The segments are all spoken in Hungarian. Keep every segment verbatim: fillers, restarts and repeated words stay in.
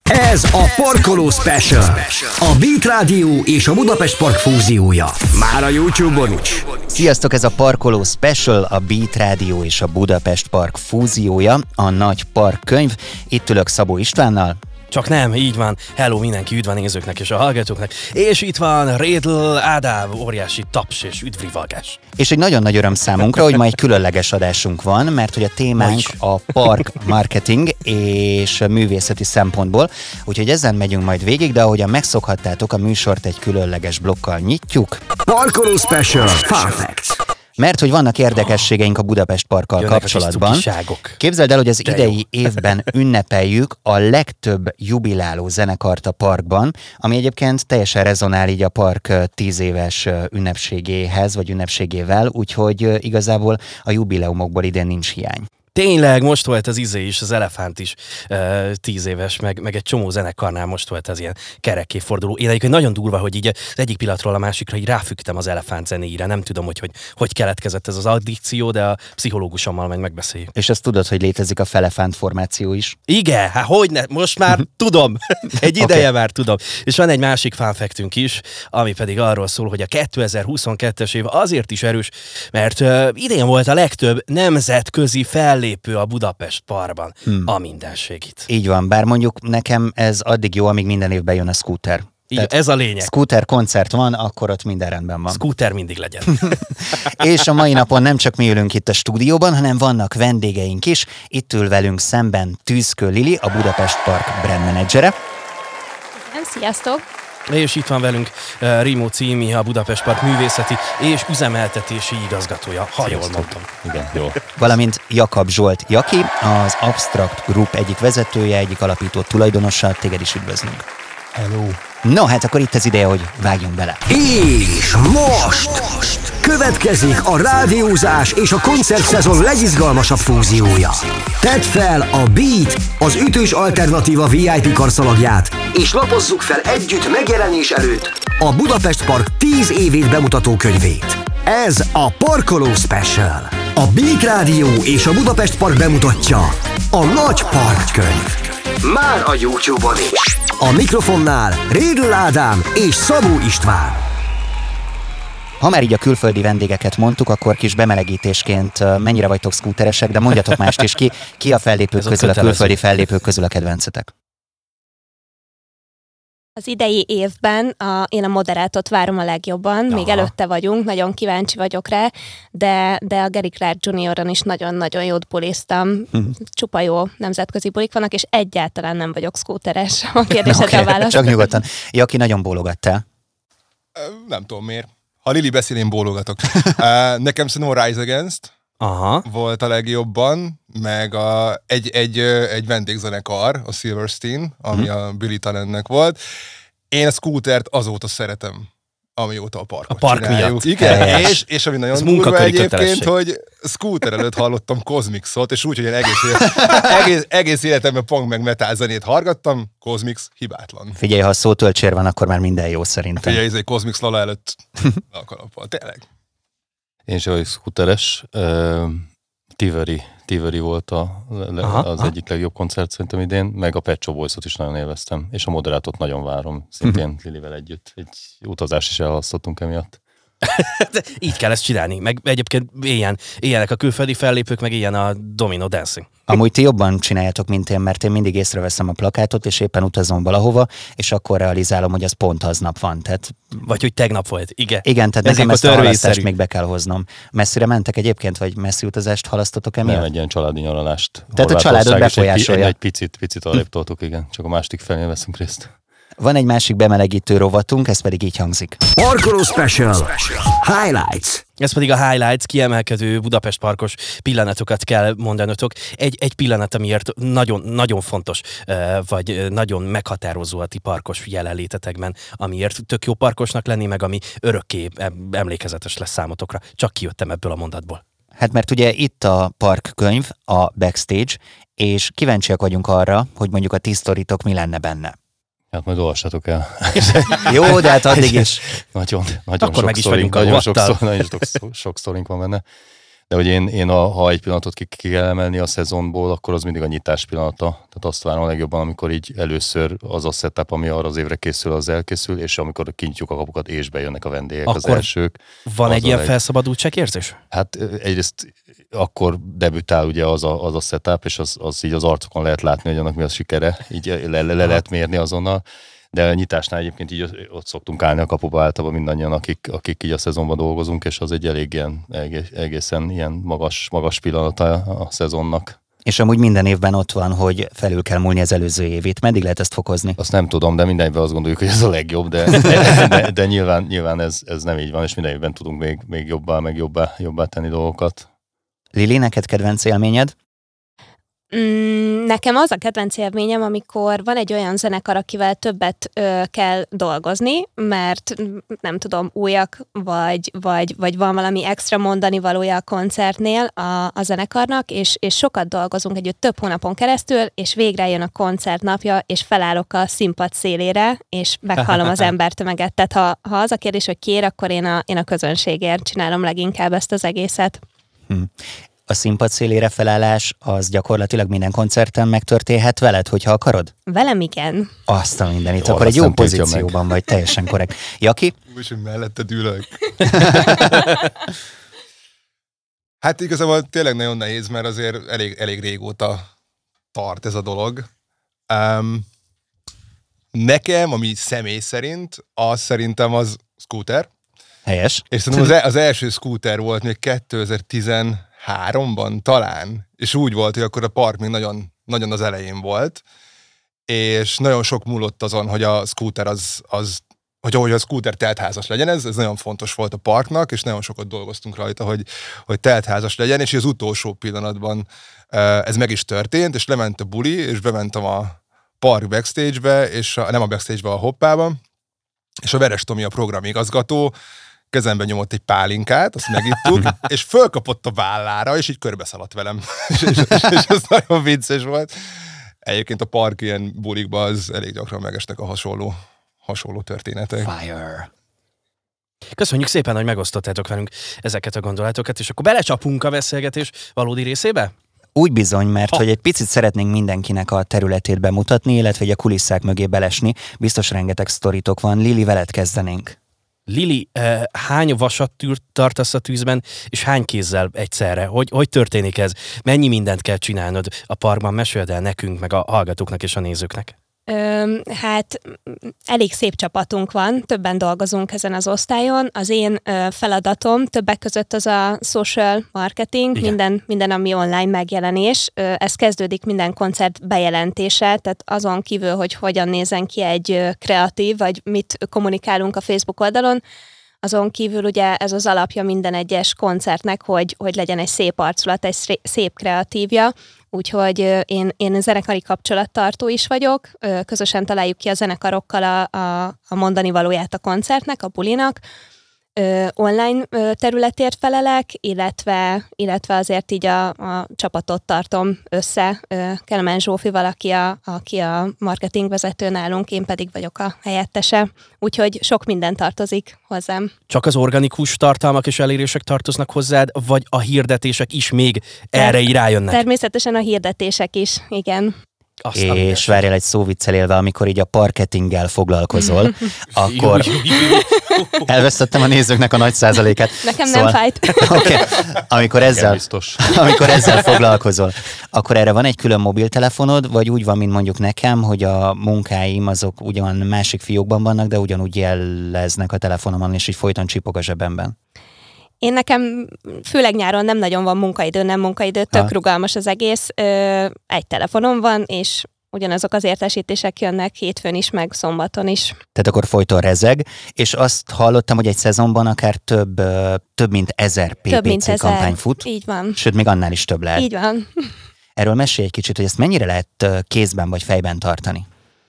Ez a Parkoló Special. A Beat Rádió és a Budapest Park fúziója. Már a YouTube-on is. Sziasztok, ez a Parkoló Special, a Beat Rádió és a Budapest Park fúziója, a nagy parkkönyv. Itt ülök Szabó Istvánnal. Csak nem, így van. Hello mindenki, üdv a nézőknek és a hallgatóknak. És itt van Rédl Ádám, óriási taps és üdvrivalgás. És egy nagyon nagy öröm számunkra, hogy ma egy különleges adásunk van, mert hogy a témánk a park marketing és művészeti szempontból, úgyhogy ezen megyünk majd végig, de ahogyan megszokhattátok, a műsort egy különleges blokkal nyitjuk. Parkoló Special Fun Facts. Mert hogy vannak érdekességeink a Budapest Parkkal Jönnek kapcsolatban. Képzeld el, hogy az idei évben ünnepeljük a legtöbb jubiláló zenekart a parkban, ami egyébként teljesen rezonál így a park tíz éves ünnepségéhez, vagy ünnepségével, úgyhogy igazából a jubileumokból idén nincs hiány. Tényleg, most volt az izé is, az Elefánt is uh, tíz éves, meg, meg egy csomó zenekarnál most volt az ilyen kerekéforduló. Én egyébként nagyon durva, hogy így az egyik pillanatról a másikra így ráfügtem az Elefánt zenéire. Nem tudom, hogy hogy, hogy keletkezett ez az addikció, de a pszichológusommal meg megbeszéljük. És azt tudod, hogy létezik a Felefánt formáció is? Igen, hát hogyne, most már tudom. Egy ideje okay. már tudom. És van egy másik fun factünk is, ami pedig arról szól, hogy a kétezer-huszonkettes év azért is erős, mert uh, idén volt a legtöbb nemzetközi fellépés lépő a Budapest Parkban, hmm. a mindenség. Így van, bár mondjuk nekem ez addig jó, amíg minden évben jön a Scooter. Így, ez a lényeg. Scooter koncert van, akkor ott minden rendben van. Scooter mindig legyen. És a mai napon nem csak mi ülünk itt a stúdióban, hanem vannak vendégeink is. Itt ül velünk szemben Tűzkő Lili, a Budapest Park brand managere. Sziasztok! És itt van velünk uh, Rimó Cími, a Budapest Park művészeti és üzemeltetési igazgatója, ha jól mondtam. Igen, jó. Valamint Jakab Zsolt Jaki, az Abstract Group egyik vezetője, egyik alapító tulajdonosa, téged is üdvözlünk. Hello. No, hát akkor itt az ideje, hogy vágjunk bele. És most, most következik a rádiózás és a koncertszezon legizgalmasabb fúziója. Tedd fel a Beat, az ütős alternatíva vé i pé karszalagját, és lapozzuk fel együtt megjelenés előtt a Budapest Park tíz évét bemutató könyvét. Ez a Parkoló Special. A Beat Rádió és a Budapest Park bemutatja a Nagy Parkkönyv. Már a YouTube-on is. A mikrofonnál Rédl Ádám és Szabó István. Ha már így a külföldi vendégeket mondtuk, akkor kis bemelegítésként mennyire vagytok szkúteresek, de mondjatok mást is, ki, ki a fellépők közül, a külföldi fellépők közül a kedvencetek? Az idei évben a, én a Moderátort várom a legjobban, Aha. még előtte vagyunk, nagyon kíváncsi vagyok rá, de, de a Gary Clark junior-on is nagyon-nagyon jót buliztam. Hm. Csupa jó nemzetközi bulik vannak, és egyáltalán nem vagyok szkúteres. A kérdésedre okay. a válasz. Csak nyugodtan. Jaki, nagyon bólogattál. Nem tudom miért. Ha Lili beszél, én bólogatok. Nekem szerintem a Rise Against Aha. volt a legjobban, meg a, egy, egy, egy vendégzenekar, a Silverstein, ami hmm. a Billy Talentnek volt. Én a Scootert azóta szeretem, amióta a parkot A park csináljuk. miatt. Igen, és, és ami nagyon durva egyébként, hogy Scooter előtt hallottam Cosmixot, és úgy, hogy én egész, egész, egész életemben punk meg metal zenét hallgattam, Cosmix hibátlan. Figyelj, ha a szótölcsér van, akkor már minden jó szerintem. Figyelj, ez egy Cosmix Lala előtt a kalappal, tényleg. Én sem vagyok szkúteres. Uh, Tiveri, Tiveri volt a, aha, az aha. egyik legjobb koncert szerintem idén, meg a Pet Shop Boys-ot is nagyon élveztem, és a Moderátort nagyon várom, szintén Lilivel együtt. Egy utazás is elhalasztottunk emiatt. Így kell ezt csinálni, meg egyébként ilyen, ilyenek a külföldi fellépők, meg ilyen a Domino Dancing. Amúgy ti jobban csináljátok, mint én, mert én mindig észreveszem a plakátot, és éppen utazom valahova, és akkor realizálom, hogy az pont aznap van. Tehát... Vagy hogy tegnap volt, igen. Igen, tehát nekem ezt a halasztást még be kell hoznom. Messzire mentek egyébként, vagy messzi utazást halasztotok emiatt? Nem, egy ilyen családi nyaralást. Tehát a családot befolyásolja. Egy, egy picit, picit arrébb toltuk, igen. Csak a másik felén veszünk részt. Van egy másik bemelegítő rovatunk, ez pedig így hangzik. Parkoló Special Highlights. Ez pedig a highlights, kiemelkedő Budapest Parkos pillanatokat kell mondanotok. Egy, egy pillanat, amiért nagyon, nagyon fontos, vagy nagyon meghatározó a ti parkos jelenlétetekben, amiért tök jó parkosnak lenni, meg ami örökké emlékezetes lesz számotokra. Csak kijöttem ebből a mondatból. Hát mert ugye itt a parkkönyv, a backstage, és kíváncsiak vagyunk arra, hogy mondjuk a ti sztoritok mi lenne benne. Hát majd olvassatok el. Jó, de hát addig is. Nagyon, nagyon Akkor sok meg is sztorink, vagyunk nagyon sok, a szor, nagyon sok, sok sztorink van benne. De hogy én, én a, ha egy pillanatot ki, ki kell emelni a szezonból, akkor az mindig a nyitás pillanata. Tehát azt várom a legjobban, amikor így először az a setup, ami arra az évre készül, az elkészül, és amikor kinyitjuk a kapukat, és bejönnek a vendégek, akkor az elsők. Van egy ilyen leg... felszabadultság érzés? Hát egyrészt akkor debütál ugye az a, az a setup, és az, az így az arcokon lehet látni, hogy annak mi a sikere, így le, le, le lehet mérni azonnal. De a nyitásnál egyébként így ott szoktunk állni a kapuba általában mindannyian, akik, akik így a szezonban dolgozunk, és az egy elég ilyen, egészen ilyen magas, magas pillanata a szezonnak. És amúgy minden évben ott van, hogy felül kell múlni az előző évét. Meddig lehet ezt fokozni? Azt nem tudom, de minden évben azt gondoljuk, hogy ez a legjobb, de, de, de, de nyilván, nyilván ez, ez nem így van, és minden évben tudunk még, még jobbá, meg jobbá, jobbá tenni dolgokat. Lili, neked kedvenc élményed? Mm, nekem az a kedvenc élményem, amikor van egy olyan zenekar, akivel többet ö, kell dolgozni, mert nem tudom, újak, vagy, vagy, vagy van valami extra mondani valója a koncertnél a, a zenekarnak, és, és sokat dolgozunk együtt több hónapon keresztül, és végre jön a koncert napja, és felállok a színpad szélére, és meghallom az embertömeget. Tehát ha, ha az a kérdés, hogy kér, akkor én a, én a közönségért csinálom leginkább ezt az egészet. Hm. A színpad szélére felállás az gyakorlatilag minden koncerten megtörténhet veled, hogyha akarod? Velem igen. Azt a mindenit, Jó, akkor egy azt jó nem tiltja pozícióban vagy, teljesen korrekt. Jaki? Most, hogy melletted ülök. Hát igazából tényleg nagyon nehéz, mert azért elég, elég régóta tart ez a dolog. Um, nekem, ami személy szerint, az szerintem az Scooter. Helyes. És szerintem az, az első Scooter volt még kétezer-tizenháromban talán, és úgy volt, hogy akkor a park még nagyon, nagyon az elején volt, és nagyon sok múlott azon, hogy a Scooter az, az hogy ahogy a Scooter teltházas legyen, ez, ez nagyon fontos volt a parknak, és nagyon sokat dolgoztunk rajta, hogy, hogy teltházas legyen, és az utolsó pillanatban ez meg is történt, és lement a buli, és bementem a park backstage-be, és a, nem a backstage-be, a hoppába, és a Veres Tomi, a programigazgató, kezembe nyomott egy pálinkát, azt megittuk, és fölkapott a vállára, és így körbeszaladt velem. és, és, és, és ez nagyon vicces volt. Egyébként a park ilyen bulikban az elég gyakran megesnek a hasonló, hasonló történetek. Fire. Köszönjük szépen, hogy megosztottátok velünk ezeket a gondolatokat, és akkor belecsapunk a beszélgetés valódi részébe? Úgy bizony, mert ha. hogy egy picit szeretnénk mindenkinek a területét bemutatni, illetve egy a kulisszák mögé belesni. Biztos rengeteg sztoritok van. Lili, veled kezdenénk. Lili, eh, hány vasat tartasz a tűzben, és hány kézzel egyszerre? Hogy, hogy történik ez? Mennyi mindent kell csinálnod a parkban? Meséld el nekünk, meg a hallgatóknak és a nézőknek. Ö, hát elég szép csapatunk van, többen dolgozunk ezen az osztályon. Az én ö, feladatom többek között az a social marketing, minden, minden, ami online megjelenés. Ö, ez kezdődik minden koncert bejelentése, tehát azon kívül, hogy hogyan nézen ki egy ö, kreatív, vagy mit kommunikálunk a Facebook oldalon, azon kívül ugye ez az alapja minden egyes koncertnek, hogy, hogy legyen egy szép arculat, egy szép kreatívja. Úgyhogy én, én zenekari kapcsolattartó is vagyok, közösen találjuk ki a zenekarokkal a, a, a mondani valóját a koncertnek, a bulinak. Online területért felelek, illetve, illetve azért így a, a csapatot tartom össze Kelemen Zsófival, aki a, aki a marketingvezető nálunk, én pedig vagyok a helyettese. Úgyhogy sok minden tartozik hozzám. Csak az organikus tartalmak és elérések tartoznak hozzád, vagy a hirdetések is még erre így rájönnek? Természetesen a hirdetések is, igen. Azt és várjál egy szóviccel élve, amikor így a parketinggel foglalkozol, akkor elvesztettem a nézőknek a nagy százalékát. Nekem szóval, nem fájt. Okay. Amikor, ezzel, amikor ezzel foglalkozol, akkor erre van egy külön mobiltelefonod, vagy úgy van, mint mondjuk nekem, hogy a munkáim azok ugyan másik fiókban vannak, de ugyanúgy jeleznek a telefonomon, és így folyton csipog a zsebemben? Én nekem főleg nyáron nem nagyon van munkaidő, nem munkaidő, tök ha. rugalmas az egész. Ö, egy telefonom van, és ugyanazok az értesítések jönnek hétfőn is, meg szombaton is. Tehát akkor folyton rezeg, és azt hallottam, hogy egy szezonban akár több, több mint ezer pé pé cé kampány fut. Így van. Sőt, még annál is több lehet. Így van. Erről mesélj egy kicsit, hogy ezt mennyire lehet kézben vagy fejben tartani?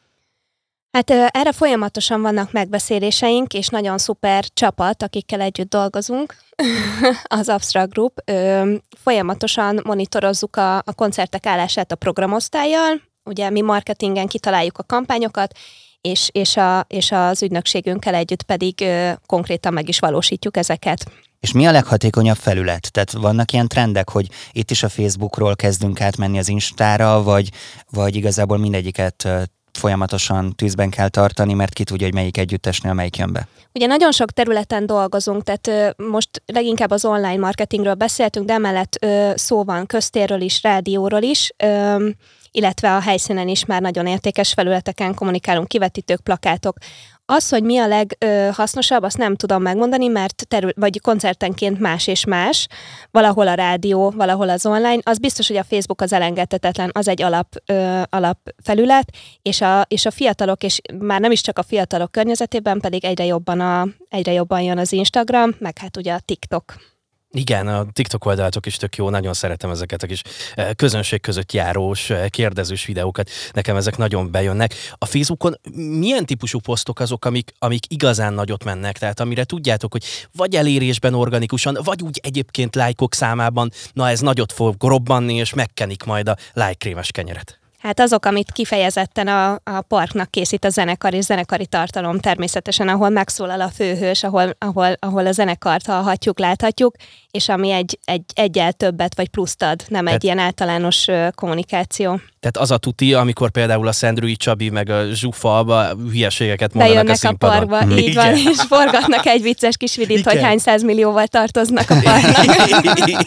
Hát erre folyamatosan vannak megbeszéléseink, és nagyon szuper csapat, akikkel együtt dolgozunk, az Abstract Group. Folyamatosan monitorozzuk a, a koncertek állását a programosztállyal, ugye mi marketingen kitaláljuk a kampányokat, és, és, a, és az ügynökségünkkel együtt pedig konkrétan meg is valósítjuk ezeket. És mi a leghatékonyabb felület? Tehát vannak ilyen trendek, hogy itt is a Facebookról kezdünk átmenni az Instára, vagy, vagy igazából mindegyiket folyamatosan tűzben kell tartani, mert ki tudja, hogy melyik együttesnél melyik jön be. Ugye nagyon sok területen dolgozunk, tehát ö, most leginkább az online marketingről beszéltünk, de emellett ö, szó van köztérről is, rádióról is, ö, illetve a helyszínen is már nagyon értékes felületeken kommunikálunk, kivetítők, plakátok. Az, hogy mi a leghasznosabb, azt nem tudom megmondani, mert terül, vagy koncertenként más és más, valahol a rádió, valahol az online. Az biztos, hogy a Facebook az elengedhetetlen, az egy alap, ö, alap felület, és a, és a fiatalok, és már nem is csak a fiatalok környezetében, pedig egyre jobban, a, egyre jobban jön az Instagram, meg hát ugye a TikTok. Igen, a TikTok oldalatok is tök jó, nagyon szeretem ezeket a kis közönség között járós, kérdezős videókat, nekem ezek nagyon bejönnek. A Facebookon milyen típusú posztok azok, amik, amik igazán nagyot mennek, tehát amire tudjátok, hogy vagy elérésben organikusan, vagy úgy egyébként lájkok számában, na ez nagyot fog robbanni, és megkenik majd a lájkrémes kenyeret? Hát azok, amit kifejezetten a, a parknak készít a zenekar és zenekari tartalom természetesen, ahol megszólal a főhős, ahol, ahol, ahol a zenekart hallhatjuk, láthatjuk, és ami egy, egy egyel többet vagy pluszt ad, nem Tehát... egy ilyen általános uh, kommunikáció. Tehát az a tuti, amikor például a Szendrői Csabi meg a Zsufa Alba hülyeségeket mondanak bejönnek a színpadon. A parkba, így van, és forgatnak egy vicces kis vidit, igen, hogy hány százmillióval tartoznak a parknak.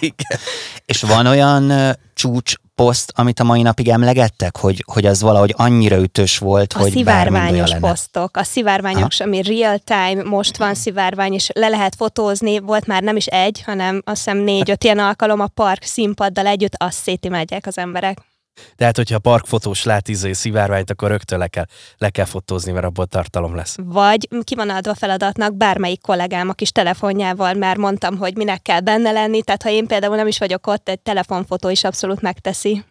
És van olyan uh, csúcs poszt, amit a mai napig emlegettek, hogy, hogy az valahogy annyira ütős volt, a hogy szivárványos posztok, a szivárványos, ami real time, most van szivárvány, és le lehet fotózni, volt már nem is egy, hanem azt hiszem négy-öt ilyen alkalom a park színpaddal együtt, azt szétimádják az emberek. Tehát, hogyha a parkfotós lát izé szivárványt, akkor rögtön le kell, le kell fotózni, mert abból tartalom lesz. Vagy ki van adva feladatnak bármelyik kollégám a kis telefonjával, már mondtam, hogy minek kell benne lenni, tehát ha én például nem is vagyok ott, egy telefonfotó is abszolút megteszi.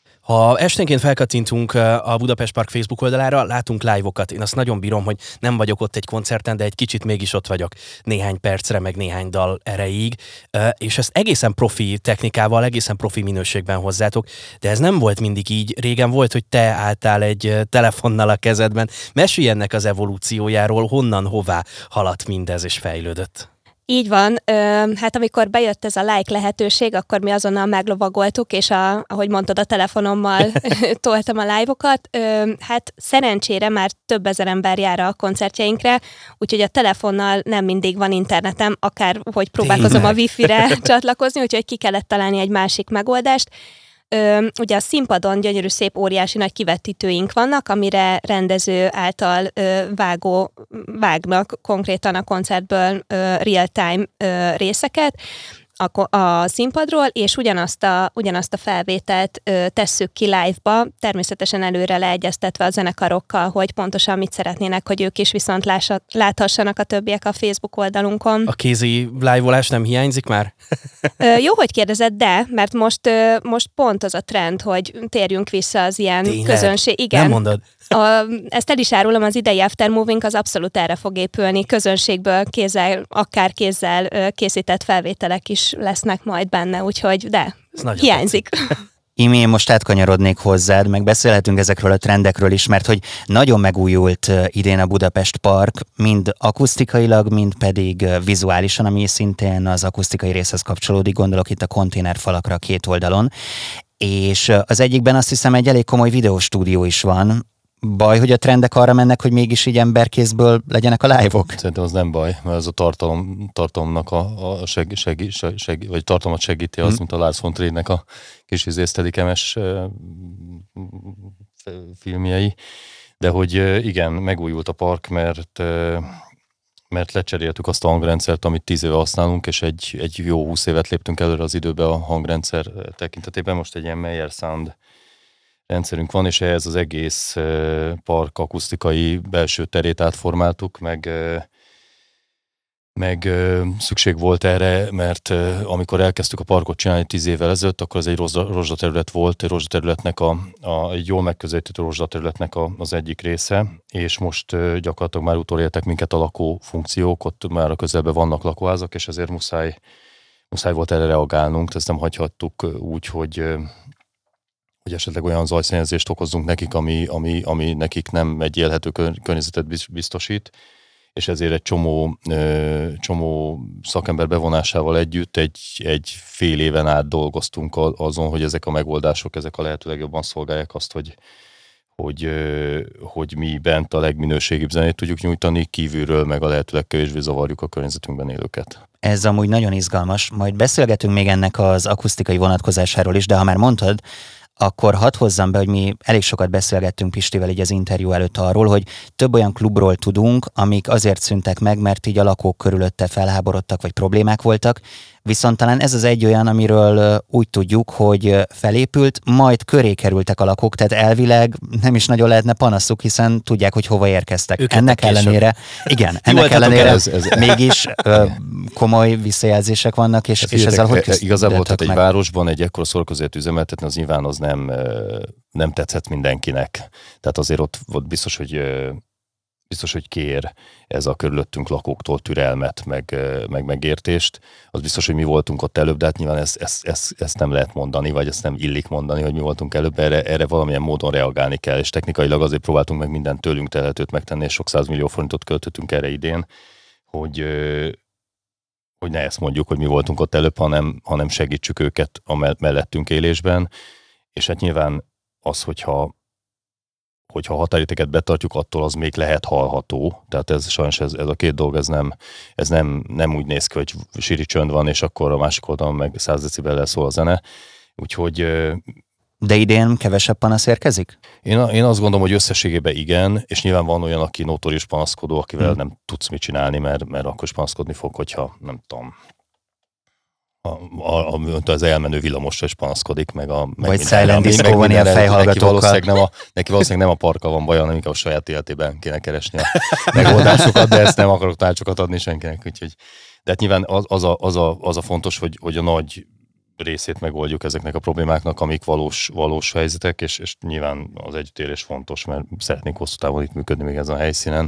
Ha esténként felkattintunk a Budapest Park Facebook oldalára, látunk live-okat. Én azt nagyon bírom, hogy nem vagyok ott egy koncerten, de egy kicsit mégis ott vagyok néhány percre, meg néhány dal erejéig, és ezt egészen profi technikával, egészen profi minőségben hozzátok, de ez nem volt mindig így. Régen volt, hogy te álltál egy telefonnal a kezedben. Mesélj ennek az evolúciójáról, honnan, hová haladt mindez és fejlődött. Így van, hát amikor bejött ez a like lehetőség, akkor mi azonnal meglovagoltuk, és a, ahogy mondtad, a telefonommal toltam a live-okat. Hát szerencsére már több ezer ember jár a koncertjeinkre, úgyhogy a telefonnal nem mindig van internetem, akár hogy próbálkozom Tényleg? a wifi-re csatlakozni, úgyhogy ki kellett találni egy másik megoldást. Ö, ugye a színpadon gyönyörű, szép, óriási nagy kivetítőink vannak, amire rendező által ö, vágó, vágnak konkrétan a koncertből ö, real-time ö, részeket a, a színpadról, és ugyanazt a, ugyanazt a felvételt ö, tesszük ki live-ba, természetesen előre leegyeztetve a zenekarokkal, hogy pontosan mit szeretnének, hogy ők is viszont lássa, láthassanak a többiek a Facebook oldalunkon. A kézi live-olás nem hiányzik már? Ö, jó, hogy kérdezed, de, mert most, ö, most pont az a trend, hogy térjünk vissza az ilyen Tényleg? közönség. Igen. Nem mondod? A, ezt el is árulom, az idei Aftermoving az abszolút erre fog épülni, közönségből kézzel, akár kézzel ö, készített felvételek is lesznek majd benne, úgyhogy de, hiányzik. Imi, én most átkanyarodnék hozzád, meg beszélhetünk ezekről a trendekről is, mert hogy nagyon megújult idén a Budapest Park, mind akusztikailag, mind pedig vizuálisan, ami szintén az akusztikai részhez kapcsolódik, gondolok itt a konténerfalakra a két oldalon, és az egyikben azt hiszem egy elég komoly videóstúdió is van. Baj, hogy a trendek arra mennek, hogy mégis így emberkézből legyenek a live-ok? Szerintem az nem baj, mert ez a tartalom, tartalomnak a, a seg, seg, seg, seg, vagy tartalmat segíti az, hmm. mint a Lars von Trier-nek a kis izésztedikemes filmjei. De hogy igen, megújult a park, mert, mert lecseréltük azt a hangrendszert, amit tíz éve használunk, és egy, egy jó húsz évet léptünk előre az időbe a hangrendszer tekintetében. Most egy ilyen Meyer Sound rendszerünk van, és ehhez az egész park akusztikai belső terét átformáltuk, meg, meg szükség volt erre, mert amikor elkezdtük a parkot csinálni tíz évvel ezelőtt, akkor az egy rozsdaterület volt, egy rozsdaterületnek a, a, egy jól megközelítő rozsdaterületnek a, az egyik része, és most gyakorlatilag már utolértek minket a lakófunkciók, ott már a közelben vannak lakóházak, és ezért muszáj, muszáj volt erre reagálnunk, ezt nem hagyhattuk úgy, hogy hogy esetleg olyan zajszennyezést okozzunk nekik, ami, ami, ami nekik nem egy élhető környezetet biztosít. és ezért egy csomó, ö, csomó szakember bevonásával együtt egy, egy fél éven át dolgoztunk azon, hogy ezek a megoldások, ezek a lehető legjobban szolgálják azt, hogy, hogy, ö, hogy mi bent a legminőségibb zenét tudjuk nyújtani, kívülről meg a lehető legkevésbé zavarjuk a környezetünkben élőket. Ez amúgy nagyon izgalmas, majd beszélgetünk még ennek az akusztikai vonatkozásáról is, de ha már mondtad, akkor hadd hozzam be, hogy mi elég sokat beszélgettünk Pistivel így az interjú előtt arról, hogy több olyan klubról tudunk, amik azért szűntek meg, mert így a lakók körülötte felháborodtak, vagy problémák voltak, viszont talán ez az egy olyan, amiről úgy tudjuk, hogy felépült, majd köré kerültek a lakók, tehát elvileg nem is nagyon lehetne panaszuk, hiszen tudják, hogy hova érkeztek. Őket ennek ellenére, igen, ennek ellenére ez, ez, mégis ö, komoly visszajelzések vannak, és, és ezzel hogy küzdöttek igazából tehát egy meg? Városban egy ekkora szórakozót üzemeltetni, az nyilván az nem, nem tetszett mindenkinek. Tehát azért ott, ott biztos, hogy biztos, hogy kér ez a körülöttünk lakóktól türelmet, meg, meg megértést. Az biztos, hogy mi voltunk ott előbb, de hát nyilván ezt, ezt, ezt, ezt nem lehet mondani, vagy ezt nem illik mondani, hogy mi voltunk előbb, erre, erre valamilyen módon reagálni kell, és technikailag azért próbáltunk meg mindent tőlünk telhetőt megtenni, és sok százmillió forintot költöttünk erre idén, hogy, hogy ne ezt mondjuk, hogy mi voltunk ott előbb, hanem, hanem segítsük őket a mellettünk élésben, és hát nyilván az, hogyha hogyha a határidőket betartjuk, attól az még lehet hallható. Tehát ez sajnos ez, ez a két dolog, ez nem, ez nem, nem úgy néz ki, hogy síri csönd van, és akkor a másik oldalon meg száz decibellel szól a zene. Úgyhogy... De idén kevesebb panasz érkezik? Én, én azt gondolom, hogy összességében igen, és nyilván van olyan, aki notórius panaszkodó, akivel hmm. nem tudsz mit csinálni, mert, mert akkor is panaszkodni fog, hogyha nem tudom... A, a, az elmenő villamosra is panaszkodik, meg a... Meg vagy Silent Disco van ilyen fejhallgatókkal. Neki valószínűleg, nem a, neki valószínűleg nem a parkkal van baja, hanem inkább a saját életében kéne keresni a megoldásokat, de ezt nem akarok tárcsokat adni senkinek, úgyhogy... De hát nyilván az, az, a, az, a, az a fontos, hogy, hogy a nagy részét megoldjuk ezeknek a problémáknak, amik valós, valós helyzetek, és, és nyilván az együttélés fontos, mert szeretnénk hosszú távon itt működni még ezen a helyszínen.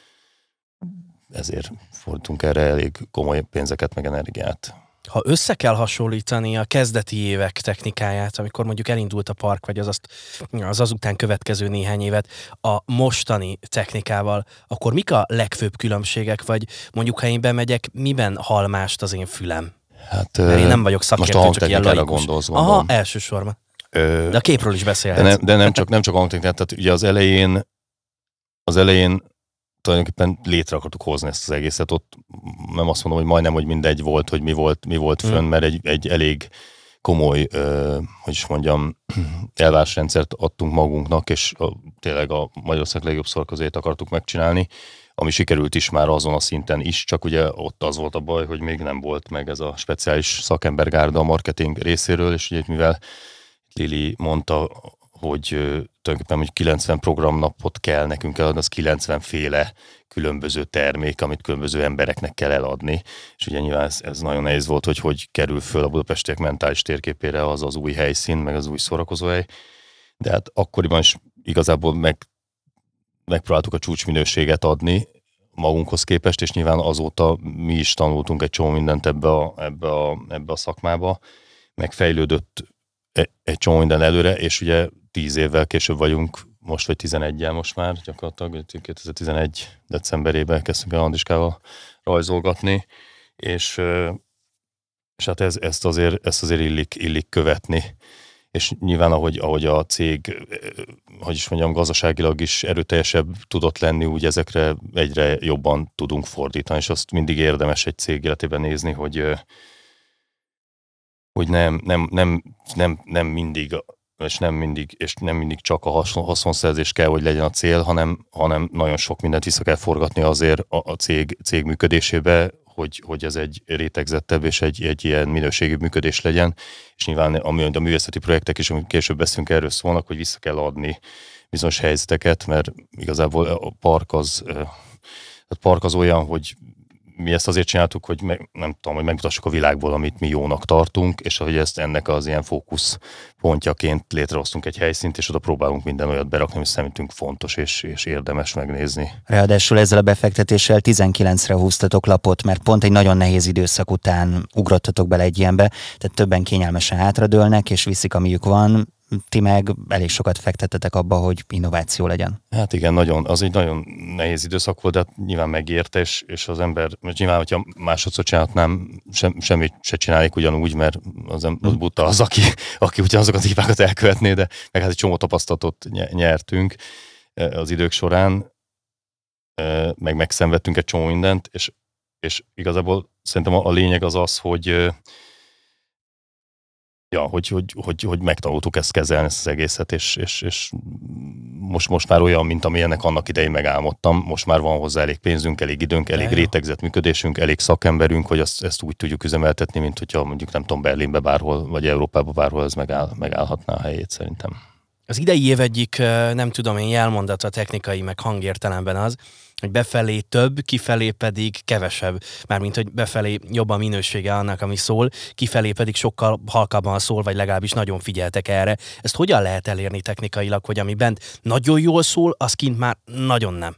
Ezért fordítunk erre elég komoly pénzeket, meg energiát. Ha össze kell hasonlítani a kezdeti évek technikáját, amikor mondjuk elindult a park, vagy az, azt, az azután következő néhány évet a mostani technikával, akkor mik a legfőbb különbségek, vagy mondjuk, ha én bemegyek, miben hal mást az én fülem? Hát, mert én nem vagyok szakértő, csak ilyen laikus. Gondolsz, Aha, elsősorban. Ö, de a képről is beszélhetsz. De, ne, de nem csak, nem csak hangtechnikát, tehát ugye az elején az elején tulajdonképpen létre akartuk hozni ezt az egészet. Ott nem azt mondom, hogy majdnem, hogy mindegy volt, hogy mi volt, mi volt fönn, hmm. mert egy, egy elég komoly, ö, hogy is mondjam, elvárásrendszert adtunk magunknak, és a, tényleg a Magyarország legjobb szórakozóit akartuk megcsinálni, ami sikerült is már azon a szinten is, csak ugye ott az volt a baj, hogy még nem volt meg ez a speciális szakembergárda a marketing részéről, és ugye mivel Lili mondta, hogy tulajdonképpen hogy kilencven programnapot kell nekünk eladni, az kilencven féle különböző termék, amit különböző embereknek kell eladni. És ugye nyilván ez, ez nagyon nehéz volt, hogy hogy kerül föl a budapestiek mentális térképére az az új helyszín, meg az új szórakozóhely. De hát akkoriban is igazából meg, megpróbáltuk a csúcsminőséget adni magunkhoz képest, és nyilván azóta mi is tanultunk egy csomó mindent ebbe a, ebbe a, ebbe a szakmába, megfejlődött egy csomó minden előre, és ugye tíz évvel később vagyunk, most vagy tizeneggyel most már, gyakorlatilag kétezer-tizenegy decemberében kezdtünk el Andiskával rajzolgatni, és, és hát ez, ezt, azért, ezt azért illik, illik követni. És nyilván, ahogy, ahogy a cég, hogy is mondjam, gazdaságilag is erőteljesebb tudott lenni, úgy ezekre egyre jobban tudunk fordítani, és azt mindig érdemes egy cég életében nézni, hogy hogy nem, nem, nem, nem, nem mindig, és nem mindig, és nem mindig csak a haszonszerzés kell, hogy legyen a cél, hanem, hanem nagyon sok mindent vissza kell forgatni azért a, a cég, cég működésébe, hogy, hogy ez egy rétegzettebb és egy, egy ilyen minőségibb működés legyen. És nyilván ami a művészeti projektek is, amit később beszélünk, erről szólnak, hogy vissza kell adni bizonyos helyzeteket, mert igazából a park az, a park az olyan, hogy mi ezt azért csináltuk, hogy meg, nem tudom, hogy megmutassuk a világból, amit mi jónak tartunk, és hogy ezt ennek az ilyen fókusz pontjaként létrehoztunk egy helyszínt, és oda próbálunk minden olyat berakni, ami szerintünk fontos és, és érdemes megnézni. Ráadásul ezzel a befektetéssel tizenkilencre húztatok lapot, mert pont egy nagyon nehéz időszak után ugrottatok bele egy ilyenbe, tehát többen kényelmesen hátradőlnek, és viszik, amiük van, ti meg elég sokat fektettetek abba, hogy innováció legyen. Hát igen, nagyon, az egy nagyon nehéz időszak volt, de hát nyilván megérte, és, és az ember, mert nyilván, hogyha másodszor csinálhatnám, sem, semmit se csinálnék ugyanúgy, mert az, az buta az, aki, aki ugyanazokat a hibákat elkövetné, de meg hát egy csomó tapasztalatot nyertünk az idők során, meg megszenvedtünk egy csomó mindent, és, és igazából szerintem a, a lényeg az az, hogy Ja, hogy, hogy, hogy, hogy megtanultuk ezt kezelni, ezt az egészet, és, és, és most, most már olyan, mint amilyennek annak idején megálmodtam. Most már van hozzá elég pénzünk, elég időnk, elég rétegzett működésünk, elég szakemberünk, hogy azt, ezt úgy tudjuk üzemeltetni, mint hogyha mondjuk nem tudom, Berlinbe bárhol, vagy Európába bárhol ez megáll, megállhatná a helyét szerintem. Az idei év egyik, nem tudom én, jelmondata technikai meg hangértelemben az, hogy befelé több, kifelé pedig kevesebb. Mármint, hogy befelé jobb a minősége annak, ami szól, kifelé pedig sokkal halkabban szól, vagy legalábbis nagyon figyeltek erre. Ezt hogyan lehet elérni technikailag, hogy ami bent nagyon jól szól, az kint már nagyon nem?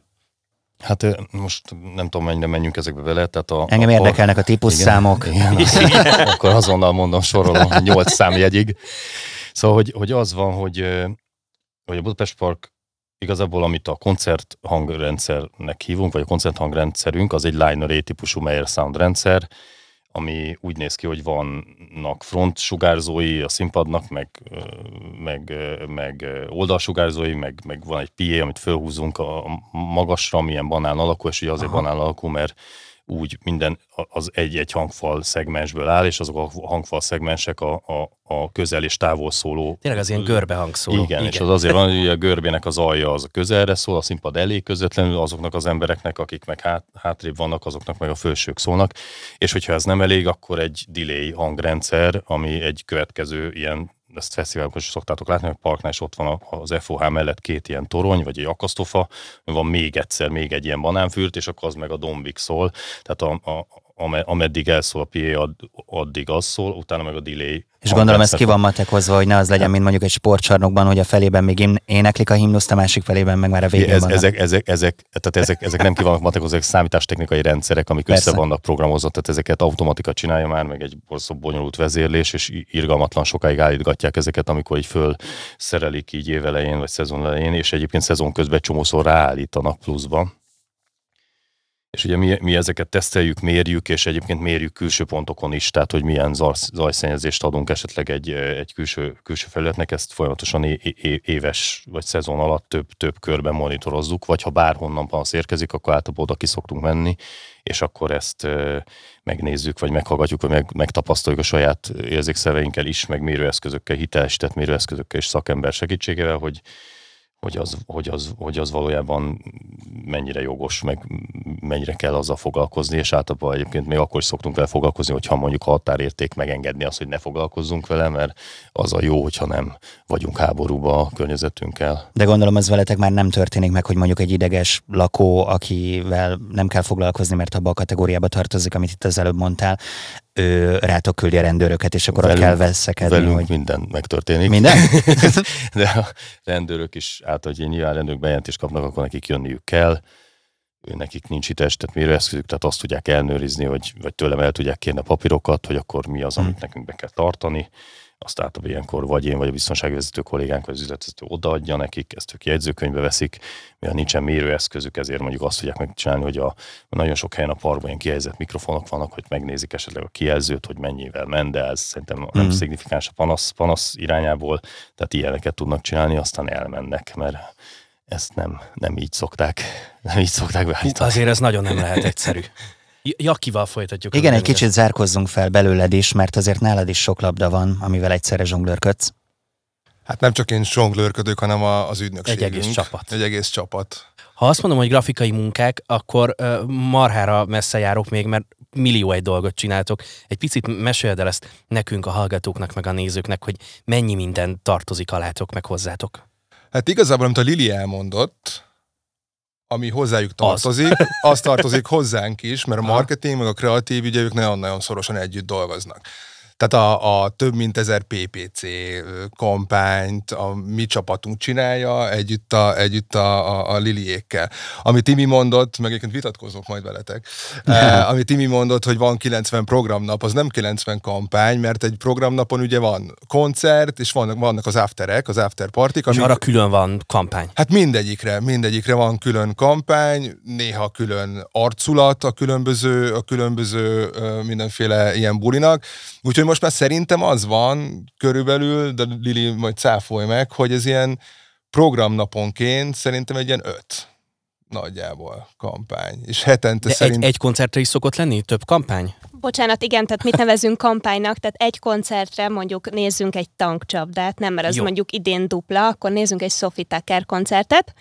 Hát most nem tudom, mennyire menjünk ezekbe vele. Tehát a, Engem a, érdekelnek a típusszámok. Igen, igen, akkor azonnal mondom, sorolom, nyolc számjegyig. Szóval, hogy, hogy az van, hogy, hogy a Budapest Park igazából, amit a koncert hangrendszernek hívunk, vagy a koncert hangrendszerünk, az egy Line Array típusú Meyer Sound rendszer, ami úgy néz ki, hogy vannak front sugárzói a színpadnak, meg, meg, meg oldalsugárzói, meg, meg van egy pé á, amit fölhúzunk a magasra, amilyen banán alakú, és ugye azért Aha. banán alakú, mert úgy minden az egy-egy hangfal szegmensből áll, és azok a hangfal szegmensek a, a, a közel és távol szóló. Tényleg az ilyen görbe hangszóló. Igen, Igen, és az azért van, hogy a görbének az alja az a közelre szól, a színpad elég közvetlenül, azoknak az embereknek, akik meg hát, hátrébb vannak, azoknak meg a felsők szólnak, és hogyha ez nem elég, akkor egy delay hangrendszer, ami egy következő ilyen, ezt fesztiválokon is szoktátok látni, hogy a parknál is ott van az ef o há mellett két ilyen torony, vagy egy akasztofa, van még egyszer, még egy ilyen banánfürt, és akkor az meg a dombig szól. Tehát a, a, ameddig elszól a pé á, addig az szól, utána meg a delay. És gondolom ez ki van matekozva, hogy ne az legyen, mint mondjuk egy sportcsarnokban, hogy a felében még éneklik a himnuszt, a másik felében meg már a végén ez, van. Ezek, ezek, ezek, tehát ezek, ezek nem ki vannak matekozva, ezek számítástechnikai rendszerek, amik Persze. össze vannak programozott, tehát ezeket automatika csinálja már, meg egy borzasztó bonyolult vezérlés, és irgalmatlan sokáig állítgatják ezeket, amikor így fölszerelik így évelején, vagy szezon elején, és egyébként szezon közben csomószor ráállítanak pluszba. És ugye mi, mi ezeket teszteljük, mérjük, és egyébként mérjük külső pontokon is, tehát hogy milyen zajszennyezést adunk esetleg egy, egy külső, külső felületnek, ezt folyamatosan é, é, éves vagy szezon alatt több, több körben monitorozzuk, vagy ha bárhonnan panasz érkezik, akkor általában oda ki szoktunk menni, és akkor ezt e, megnézzük, vagy meghallgatjuk, vagy meg, megtapasztaljuk a saját érzékszerveinkkel is, meg mérőeszközökkel, hitelesített mérőeszközökkel és szakember segítségével, hogy Hogy az, hogy, az, hogy az valójában mennyire jogos, meg mennyire kell azzal foglalkozni, és általában egyébként még akkor is szoktunk vele foglalkozni, hogyha mondjuk a határérték megengedni azt, hogy ne foglalkozzunk vele, mert az a jó, hogyha nem vagyunk háborúba a környezetünkkel. De gondolom ez veletek már nem történik meg, hogy mondjuk egy ideges lakó, akivel nem kell foglalkozni, mert abba a kategóriába tartozik, amit itt az előbb mondtál, ő rátok küldi a rendőröket, és akkor velünk, ott kell veszekedni. Velünk hogy... minden megtörténik. Minden? De a rendőrök is, hát hogy nyilván rendőrök bejelentést kapnak, akkor nekik jönniük kell. Ő nekik nincs hiteles, tehát mérőeszközük, tehát azt tudják ellenőrizni, hogy, vagy tőlem el tudják kérni a papírokat, hogy akkor mi az, amit hmm. nekünk be kell tartani. Azt általában ilyenkor vagy én, vagy a biztonságvezető kollégánk, vagy az üzletvezető odaadja nekik, ezt ők jegyzőkönyvbe veszik, mivel nincsen mérőeszközük, ezért mondjuk azt tudják megcsinálni, hogy a, nagyon sok helyen a parkban ilyen kihelyezett mikrofonok vannak, hogy megnézik esetleg a kijelzőt, hogy mennyivel ment, de ez szerintem mm. nem szignifikáns a panasz, panasz irányából, tehát ilyeneket tudnak csinálni, aztán elmennek, mert ezt nem, nem így szokták, nem így szokták beállítani. Azért ez nagyon nem lehet egyszerű. Jakival folytatjuk. Igen, egy kicsit zárkozzunk fel belőled is, mert azért nálad is sok labda van, amivel egyszerre zsonglőrködsz. Hát nem csak én zsonglőrködök, hanem az ügynökségünk. Egy egész csapat. Egy egész csapat. Ha azt mondom, hogy grafikai munkák, akkor uh, marhára messze járok még, mert millió egy dolgot csináltok. Egy picit meséld el ezt nekünk, a hallgatóknak, meg a nézőknek, hogy mennyi minden tartozik alátok, meg hozzátok. Hát igazából, amit a Lili elmondott, ami hozzájuk tartozik, az. az tartozik hozzánk is, mert a marketing, meg a kreatív ügyek nagyon-nagyon szorosan együtt dolgoznak. Tehát a, a több mint ezer pé pé cé kampányt a mi csapatunk csinálja együtt a, együtt a, a, a Liliékkel. Ami Timi mondott, meg egyébként vitatkozok majd veletek, uh, ami Timi mondott, hogy van kilencven programnap, az nem kilencven kampány, mert egy programnapon ugye van koncert, és vannak, vannak az afterek, az afterpartik. És arra külön van kampány. Hát mindegyikre, mindegyikre van külön kampány, néha külön arculat a különböző, a különböző mindenféle ilyen bulinak. Úgyhogy most már szerintem az van körülbelül, de Lili majd cáfolj meg, hogy ez ilyen programnaponként szerintem egy ilyen öt nagyjából kampány. És hetente de szerint... egy, egy koncertre is szokott lenni? Több kampány? Bocsánat, igen, tehát mit nevezünk kampánynak, tehát egy koncertre mondjuk nézzünk egy tankcsapdát, nem, mert az Jó. mondjuk idén dupla, akkor nézzünk egy Sophie Tucker koncertet,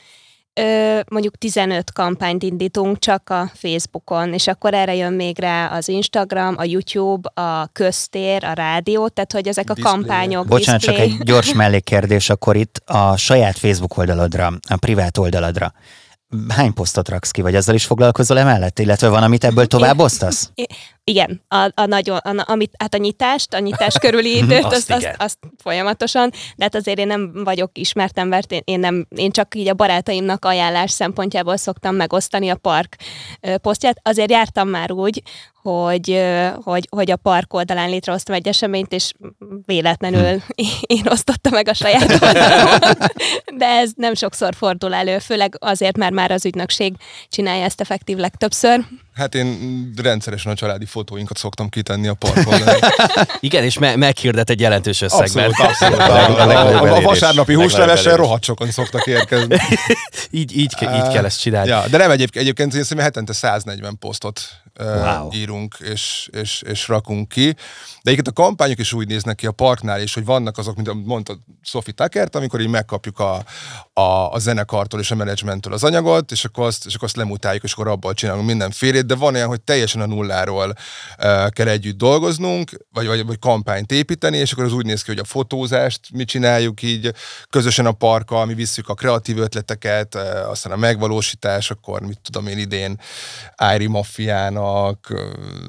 Ö, mondjuk tizenöt kampányt indítunk csak a Facebookon, és akkor erre jön még rá az Instagram, a YouTube, a köztér, a rádió, tehát hogy ezek a display. Kampányok. Bocsánat, display. csak egy gyors mellékkérdés, akkor itt a saját Facebook oldaladra, a privát oldaladra hány posztot raksz ki, vagy azzal is foglalkozol emellett, illetve van, amit ebből tovább osztasz? Igen, a, a nagyon, a, amit, hát a nyitást, a nyitás körüli időt, azt, azt, azt, azt folyamatosan, de hát azért én nem vagyok ismert embert, én, én, nem, én csak így a barátaimnak ajánlás szempontjából szoktam megosztani a park posztját. Azért jártam már úgy, hogy, hogy, hogy a park oldalán létrehoztam egy eseményt, és véletlenül én osztottam meg a saját oldalamon, de ez nem sokszor fordul elő, főleg azért, mert már az ügynökség csinálja ezt effektív legtöbbször. Hát én rendszeresen a családi fotóinkat szoktam kitenni a parkon. Igen, és me- meghirdet egy jelentős összegben. Abszolút, abszolút. A, a, a, a vasárnapi húslevesen rohadt sokan szoktak érkezni. így, így, így kell ezt csinálni. Ja, de nem egyébként, egyébként én szerintem hetente száznnegyven posztot wow. uh, írunk és, és, és rakunk ki. De egyébként a kampányok is úgy néznek ki a parknál is, hogy vannak azok, mint mondta Sophie Tuckert, amikor így megkapjuk a, a, a zenekartól és a menedzsmenttől az anyagot, és akkor azt, és akkor azt lemutáljuk, és akkor abból csinálunk mindenfélét, de van olyan, hogy teljesen a nulláról uh, kell együtt dolgoznunk, vagy, vagy, vagy kampányt építeni, és akkor az úgy néz ki, hogy a fotózást mi csináljuk így közösen a parkkal, mi visszük a kreatív ötleteket, uh, aztán a megvalósítás, akkor mit tudom én idén Ári Maffiának, uh,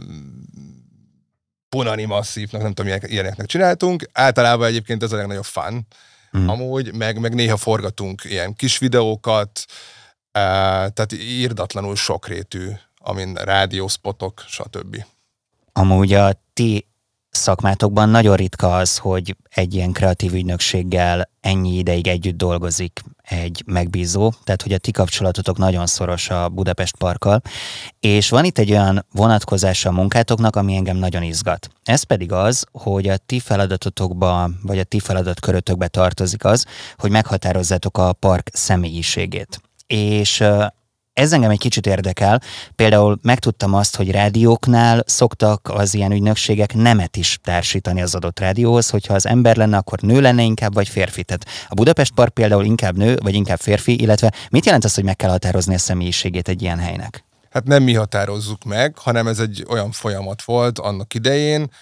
Punani Masszívnak, nem tudom, ilyeneknek csináltunk. Általában egyébként ez a legnagyobb fun, mm. amúgy, meg, meg néha forgatunk ilyen kis videókat, uh, tehát írdatlanul sokrétű, amin rádiószpotok, stb. Amúgy a ti szakmátokban nagyon ritka az, hogy egy ilyen kreatív ügynökséggel ennyi ideig együtt dolgozik egy megbízó, tehát hogy a ti kapcsolatotok nagyon szoros a Budapest Parkkal, és van itt egy olyan vonatkozása a munkátoknak, ami engem nagyon izgat. Ez pedig az, hogy a ti feladatotokba, vagy a ti feladatkörötökbe tartozik az, hogy meghatározzátok a park személyiségét. És ez engem egy kicsit érdekel. Például megtudtam azt, hogy rádióknál szoktak az ilyen ügynökségek nemet is társítani az adott rádióhoz, hogyha az ember lenne, akkor nő lenne inkább, vagy férfi. Tehát a Budapest Park például inkább nő, vagy inkább férfi, illetve mit jelent az, hogy meg kell határozni a személyiségét egy ilyen helynek? Hát nem mi határozzuk meg, hanem ez egy olyan folyamat volt annak idején,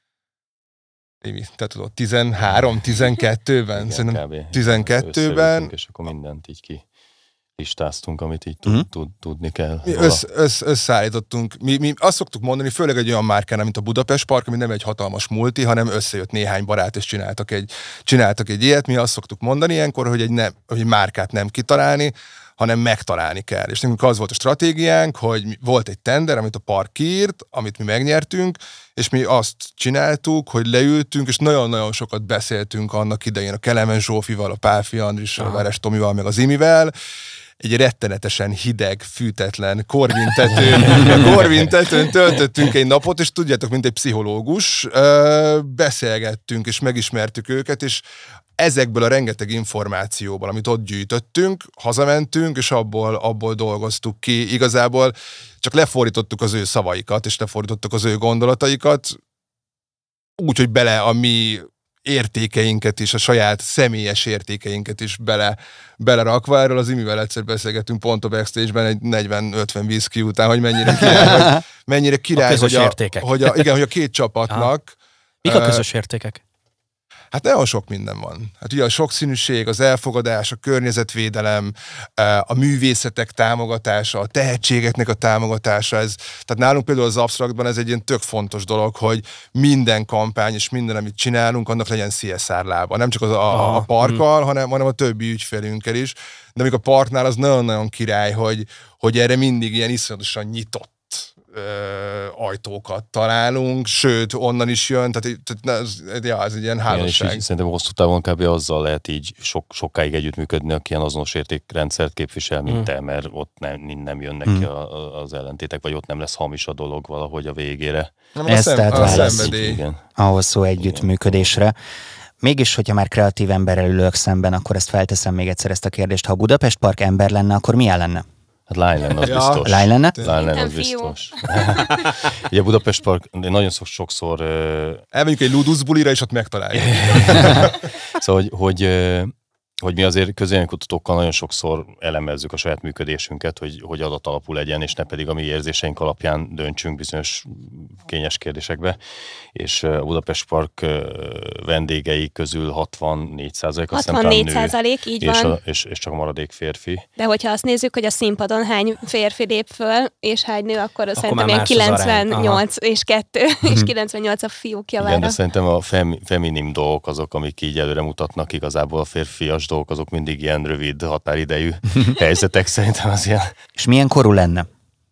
te tudod, tizenhárom tizenkettőben, igen, szerintem tizenkettőben. És akkor mindent így ki listáztunk, amit így tud, mm. tud, tudni kell. Mi össz, össz, összeállítottunk. Mi, mi azt szoktuk mondani, főleg egy olyan márkánál, mint a Budapest Park, ami nem egy hatalmas multi, hanem összejött néhány barát, és csináltak egy, csináltak egy ilyet. Mi azt szoktuk mondani ilyenkor, hogy egy, nem, hogy egy márkát nem kitalálni, hanem megtalálni kell. És nekünk az volt a stratégiánk, hogy volt egy tender, amit a park kiírt, amit mi megnyertünk, és mi azt csináltuk, hogy leültünk, és nagyon-nagyon sokat beszéltünk annak idején a Kelemen Zsófival, a Pálfi Andrissal, a Veres Tomival, meg az Imivel, egy rettenetesen hideg, fűtetlen korvintetőn, korvintetőn töltöttünk egy napot, és tudjátok, mint egy pszichológus, beszélgettünk, és megismertük őket, és ezekből a rengeteg információból, amit ott gyűjtöttünk, hazamentünk, és abból, abból dolgoztuk ki. Igazából csak lefordítottuk az ő szavaikat, és lefordítottuk az ő gondolataikat, úgy, hogy bele a mi értékeinket is, a saját személyes értékeinket is bele, belerakva. Erről az Imivel egyszer beszélgettünk pont a backstage-ben egy negyven-ötven whisky után, hogy mennyire király, hogy, mennyire király, a hogy, a, értékek. hogy, a, igen, hogy a két csapatnak... Aha. Mik a közös értékek? Hát nagyon sok minden van. Hát ugye a sokszínűség, az elfogadás, a környezetvédelem, a művészetek támogatása, a tehetségeknek a támogatása. Ez, tehát nálunk például az Absztraktban ez egy ilyen tök fontos dolog, hogy minden kampány és minden, amit csinálunk, annak legyen cé es er lába. Nem csak az a, a parkkal, hanem, hanem a többi ügyfelünkkel is. De még a parknál az nagyon-nagyon király, hogy, hogy erre mindig ilyen iszonyatosan nyitott Ö, ajtókat találunk, sőt, onnan is jön, tehát, tehát ez, ja, ez egy ilyen házasság. Igen, és szerintem hosszú távon kb. Azzal lehet így sok, sokáig együttműködni, aki ilyen azonos értékrendszert képvisel, mint hmm. te, mert ott nem, nem jönnek hmm. ki a, a, az ellentétek, vagy ott nem lesz hamis a dolog valahogy a végére. Nem, Ez a szem, tehát a válasz a hosszú együttműködésre. Mégis, hogyha már kreatív emberrel ülök szemben, akkor ezt felteszem még egyszer ezt a kérdést. Ha a Budapest Park ember lenne, akkor milyen lenne? Hát lány lenne, az ja. biztos. Lány lenne? Lány lenne, az biztos. Ugye Budapest Park nagyon sokszor... Uh... Elmegyünk egy Ludus bulira, és ott megtaláljuk. Szóval, hogy, hogy, hogy mi azért közvéleménykutatókkal nagyon sokszor elemezzük a saját működésünket, hogy, hogy adatalapú legyen, és ne pedig a mi érzéseink alapján döntsünk bizonyos kényes kérdésekbe. És a Budapest Park vendégei közül hatvannégy százalék hatvannégy százalék, így és van. A, és, és csak a maradék férfi. De hogyha azt nézzük, hogy a színpadon hány férfi lép föl, és hány nő, akkor, akkor szerintem ilyen kilencvennyolc és kettő, és kilencvennyolc a fiúk javára. Igen, de szerintem a fem, feminim dolgok azok, amik így előre mutatnak, igazából a férfias dolgok, azok mindig ilyen rövid határidejű helyzetek, szerintem az ilyen. És milyen korú lenne?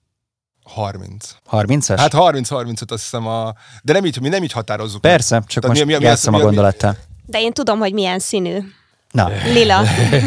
harminc. harmincas? Hát harminc-harmincöt azt hiszem a... De nem így, mi nem így határozzuk. Persze, meg. Csak tehát most mi, mi, mi játszom mi, a gondolattal. De én tudom, hogy milyen színű. Na. Lila.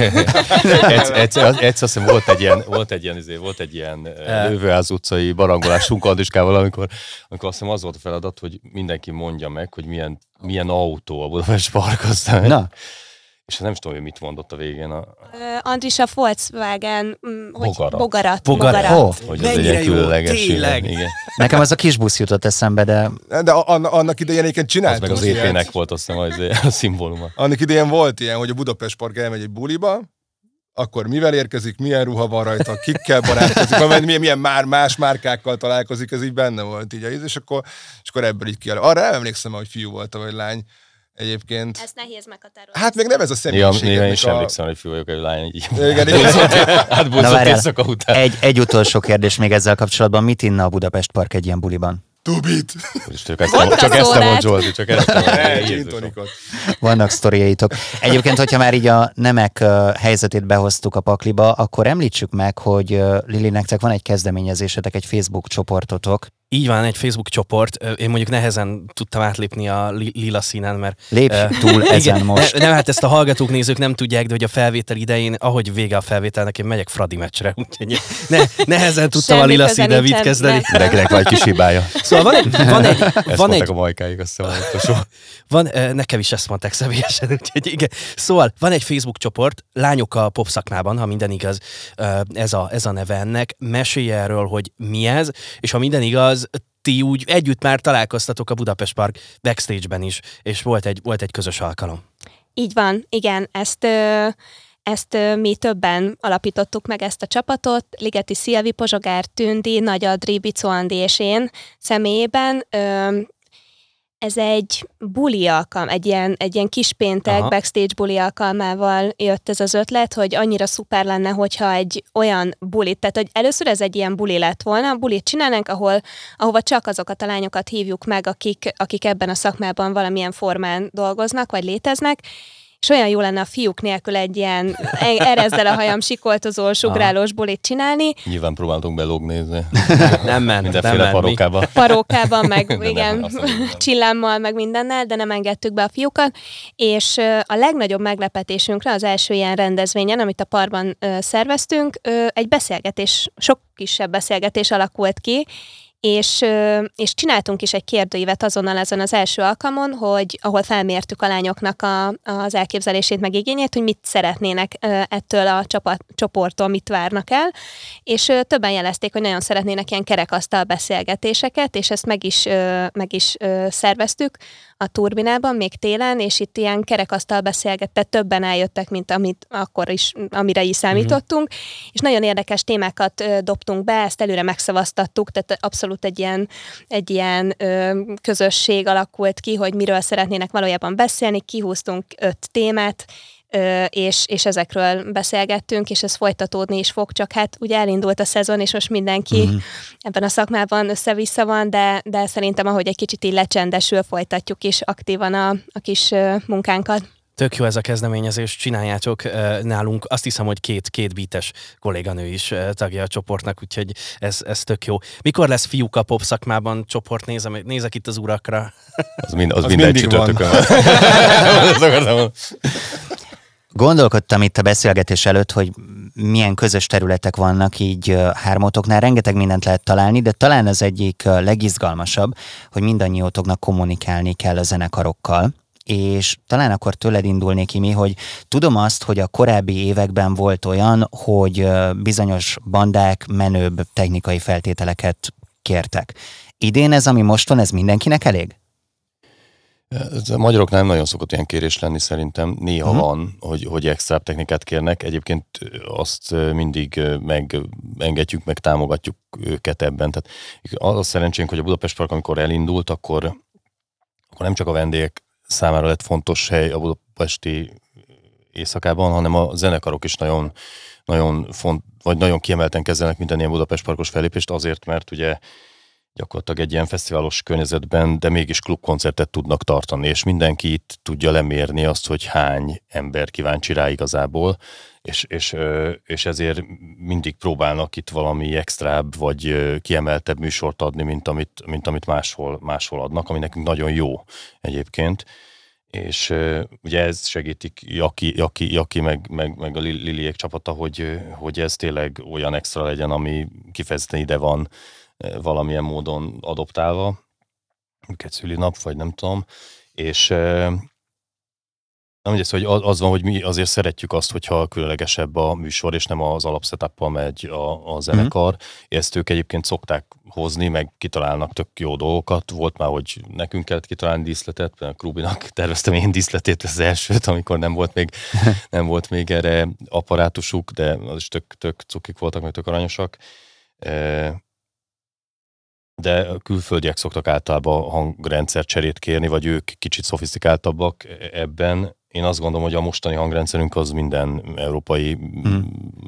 Egyszer egyszer azt hiszem volt egy ilyen, volt egy ilyen, izé, volt egy ilyen Lővőház utcai barangolásunk Andiskával, amikor, amikor azt hiszem az volt a feladat, hogy mindenki mondja meg, hogy milyen, milyen autó a Budapest Park. Aztán. Na. És nem is tudom, hogy mit mondott a végén. A... Uh, Andris a Volkswagen hogy Bogarat. Bogarat. Bogarat. Bogarat. Oh, hogy ez egy ilyen különleges. Tényleg. Igen. Nekem az a kis busz jutott eszembe, de... De annak idején egyébként csináltunk. Az meg az é pé-nek volt azt hiszem a szimbóluma. Annak idején volt ilyen, hogy a Budapest Park elmegy egy buliba, akkor mivel érkezik, milyen ruha van rajta, kikkel barátkozik, milyen, milyen már más márkákkal találkozik, ez így benne volt így, és akkor, és akkor ebből így kiáll. Arra emlékszem, hogy fiú volt, vagy lány. Egyébként. Ez nehéz meghatározni. Hát még nem ez a személyiség. Ja, én sem emlékszem, hogy fiú vagyok, egy lány. Igen, igen. Átbúzott éjszaka után. Egy, egy utolsó kérdés még ezzel kapcsolatban. Mit inna a Budapest Park egy ilyen buliban? Tubit! Csak ezt nem mond Zsolti, csak ezt nem mond. Vannak sztoriaitok. Egyébként, hogyha már így a nemek uh, helyzetét behoztuk a pakliba, akkor említsük meg, hogy uh, Lili, nektek van egy kezdeményezésetek, egy Facebook csoportotok. Így van, egy Facebook csoport. Én mondjuk nehezen tudtam átlépni a li- lila színen, mert... Lépj uh, túl ezen igen, most. Nem, hát ezt a hallgatók, nézők nem tudják, de hogy a felvétel idején, ahogy vége a felvételnek, én megyek Fradi meccsre, úgyhogy ne, nehezen tudtam semmi a lila színnel mit kezdeni. Mindenkinek van egy kis hibája. Szóval van egy... Van egy, ezt van egy a majkáig, azt hiszem, van, nekem is ezt mondták személyesen, úgyhogy igen. Szóval van egy Facebook csoport, Lányok a pop szakmában, ha minden igaz, ez a, ez a neve ennek. Mesélj erről, hogy mi ez, és ha minden igaz, ti úgy együtt már találkoztatok a Budapest Park backstage-ben is, és volt egy, volt egy közös alkalom. Így van, igen, ezt, ezt mi többen alapítottuk meg ezt a csapatot, Ligeti Szilvi, Pozsogár Tündi, Nagy Adri, Bicó Andi és én személyében. Ez egy buli alkalm, egy ilyen, egy ilyen kispéntek, aha, backstage buli alkalmával jött ez az ötlet, hogy annyira szuper lenne, hogyha egy olyan bulit, tehát hogy először ez egy ilyen buli lett volna, bulit csinálnánk, ahol, ahova csak azokat a lányokat hívjuk meg, akik, akik ebben a szakmában valamilyen formán dolgoznak, vagy léteznek, és olyan jó lenne a fiúk nélkül egy ilyen erezzel a hajam sikoltozó, sugrálós bulit csinálni. Nyilván próbáltunk belógni. Nem ment. Mindenféle parókában. Parókában, meg igen, csillámmal, meg mindennel, de nem engedtük be a fiúkat. És a legnagyobb meglepetésünkre az első ilyen rendezvényen, amit a parkban szerveztünk, egy beszélgetés, sok kisebb beszélgetés alakult ki, És, és csináltunk is egy kérdőívet azonnal ezen az első alkalmon, hogy ahol felmértük a lányoknak a, az elképzelését, meg igényét, hogy mit szeretnének ettől a csapat, csoporttól, mit várnak el, és többen jelezték, hogy nagyon szeretnének ilyen kerekasztal beszélgetéseket, és ezt meg is, meg is szerveztük. a turbinában, még télen, és itt ilyen kerekasztal beszélgetett, többen eljöttek, mint amit akkor is, amire is számítottunk, mm-hmm. és nagyon érdekes témákat ö, dobtunk be, ezt előre megszavaztattuk, tehát abszolút egy ilyen, egy ilyen ö, közösség alakult ki, hogy miről szeretnének valójában beszélni, kihúztunk öt témát, és, és ezekről beszélgettünk, és ez folytatódni is fog, csak hát ugye elindult a szezon, és most mindenki mm-hmm. ebben a szakmában össze-vissza van, de, de szerintem ahogy egy kicsit így lecsendesül, folytatjuk is aktívan a, a kis munkánkat. Tök jó ez a kezdeményezés, csináljátok nálunk. Azt hiszem, hogy két, két beates kolléganő is tagja a csoportnak, úgyhogy ez, ez tök jó. Mikor lesz fiúk a pop szakmában csoport? Nézem, nézek itt az urakra. Az, mind, az, az minden csütörtökön van. Gondolkodtam itt a beszélgetés előtt, hogy milyen közös területek vannak így hármótoknál, rengeteg mindent lehet találni, de talán az egyik legizgalmasabb, hogy mindannyiótoknak kommunikálni kell a zenekarokkal, és talán akkor tőled indulnék, Imi, hogy tudom azt, hogy a korábbi években volt olyan, hogy bizonyos bandák menőbb technikai feltételeket kértek. Idén ez, ami most van, ez mindenkinek elég? A magyaroknál nem nagyon szokott ilyen kérés lenni szerintem. Néha uh-huh. van, hogy, hogy extra technikát kérnek. Egyébként azt mindig megengedjük, meg támogatjuk őket ebben. Tehát az a szerencsénk, hogy a Budapest Park, amikor elindult, akkor, akkor nem csak a vendégek számára lett fontos hely a budapesti éjszakában, hanem a zenekarok is nagyon, nagyon font, vagy nagyon kiemelten kezelnek minden ilyen Budapest Parkos fellépést, azért, mert ugye gyakorlatilag egy ilyen fesztiválos környezetben, de mégis klubkoncertet tudnak tartani, és mindenki itt tudja lemérni azt, hogy hány ember kíváncsi rá igazából, és, és, és ezért mindig próbálnak itt valami extrább, vagy kiemeltebb műsort adni, mint amit, mint amit máshol, máshol adnak, ami nekünk nagyon jó egyébként. És ugye ez segítik Jaki, Jaki, Jaki meg, meg, meg a Liliék csapata, hogy, hogy ez tényleg olyan extra legyen, ami kifejezetten ide van valamilyen módon adoptálva, egy szülinap, vagy nem tudom, és nem, hogy az van, hogy mi azért szeretjük azt, hogyha különlegesebb a műsor, és nem az alapszetuppal megy a, a zenekar. Mm-hmm. Ezt ők egyébként szokták hozni, meg kitalálnak tök jó dolgokat. Volt már, hogy nekünk kellett kitalálni díszletet, például Krubinak terveztem én díszletét az elsőt, amikor nem volt még, nem volt még erre apparátusuk, de az is tök, tök cukik voltak, meg tök aranyosak. De a külföldiek szoktak általában hangrendszer cserét kérni, vagy ők kicsit szofisztikáltabbak ebben. Én azt gondolom, hogy a mostani hangrendszerünk az minden európai hmm.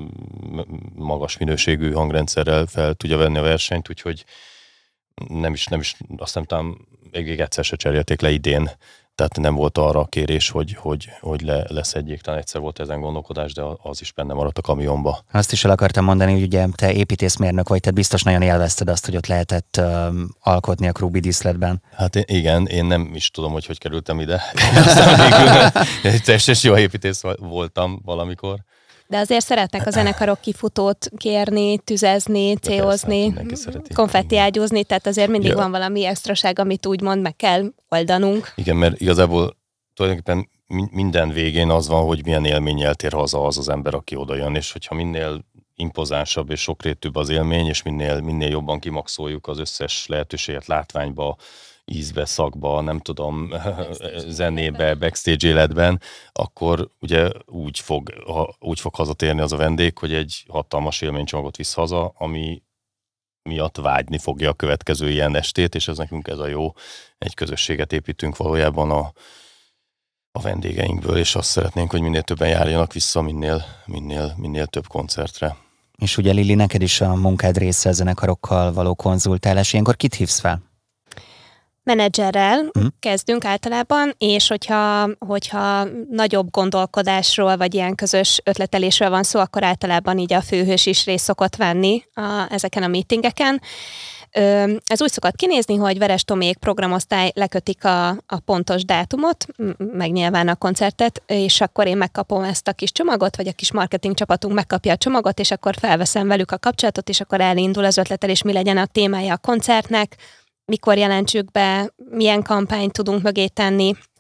magas minőségű hangrendszerrel fel tudja venni a versenyt, úgyhogy nem is, nem is azt nem tudom, még egyszer se cserélték le idén, tehát nem volt arra a kérés, hogy, hogy, hogy le, leszedjék, talán egyszer volt ezen gondolkodás, de az is benne maradt a kamionba. Azt is el akartam mondani, hogy ugye te építészmérnök vagy, tehát biztos nagyon élvezted azt, hogy ott lehetett um, alkotni a Krubi díszletben. Hát én, igen, én nem is tudom, hogy hogy kerültem ide. Aztán végül egy teljesen jó építész voltam valamikor. De azért szeretnek a zenekarok kifutót kérni, tüzezni, célozni, konfettiágyúzni, tehát azért mindig ja. van valami extraság, amit úgymond meg kell oldanunk. Igen, mert igazából tulajdonképpen minden végén az van, hogy milyen élménnyel tér haza az az ember, aki oda jön, és hogyha minél impozánsabb és sokrétűbb az élmény, és minél, minél jobban kimaxoljuk az összes lehetőséget látványba, ízbe, szakba, nem tudom, zenébe, backstage életben, akkor ugye úgy fog, ha, úgy fog hazatérni az a vendég, hogy egy hatalmas élménycsomagot visz haza, ami miatt vágyni fogja a következő ilyen estét, és ez nekünk ez a jó. Egy közösséget építünk valójában a, a vendégeinkből, és azt szeretnénk, hogy minél többen járjanak vissza, minél, minél, minél több koncertre. És ugye Lili, neked is a munkád része a zenekarokkal való konzultálás. Ilyenkor kit hívsz fel? Menedzserrel mm. kezdünk általában, és hogyha, hogyha nagyobb gondolkodásról, vagy ilyen közös ötletelésről van szó, akkor általában így a főhős is részt szokott venni a, ezeken a meetingeken. Ez úgy szokott kinézni, hogy Veres Tomiék programosztály lekötik a, a pontos dátumot, meg nyilván a koncertet, és akkor én megkapom ezt a kis csomagot, vagy a kis marketing csapatunk megkapja a csomagot, és akkor felveszem velük a kapcsolatot, és akkor elindul az ötletelés, mi legyen a témája a koncertnek, mikor jelentsük be, milyen kampányt tudunk mögé tenni,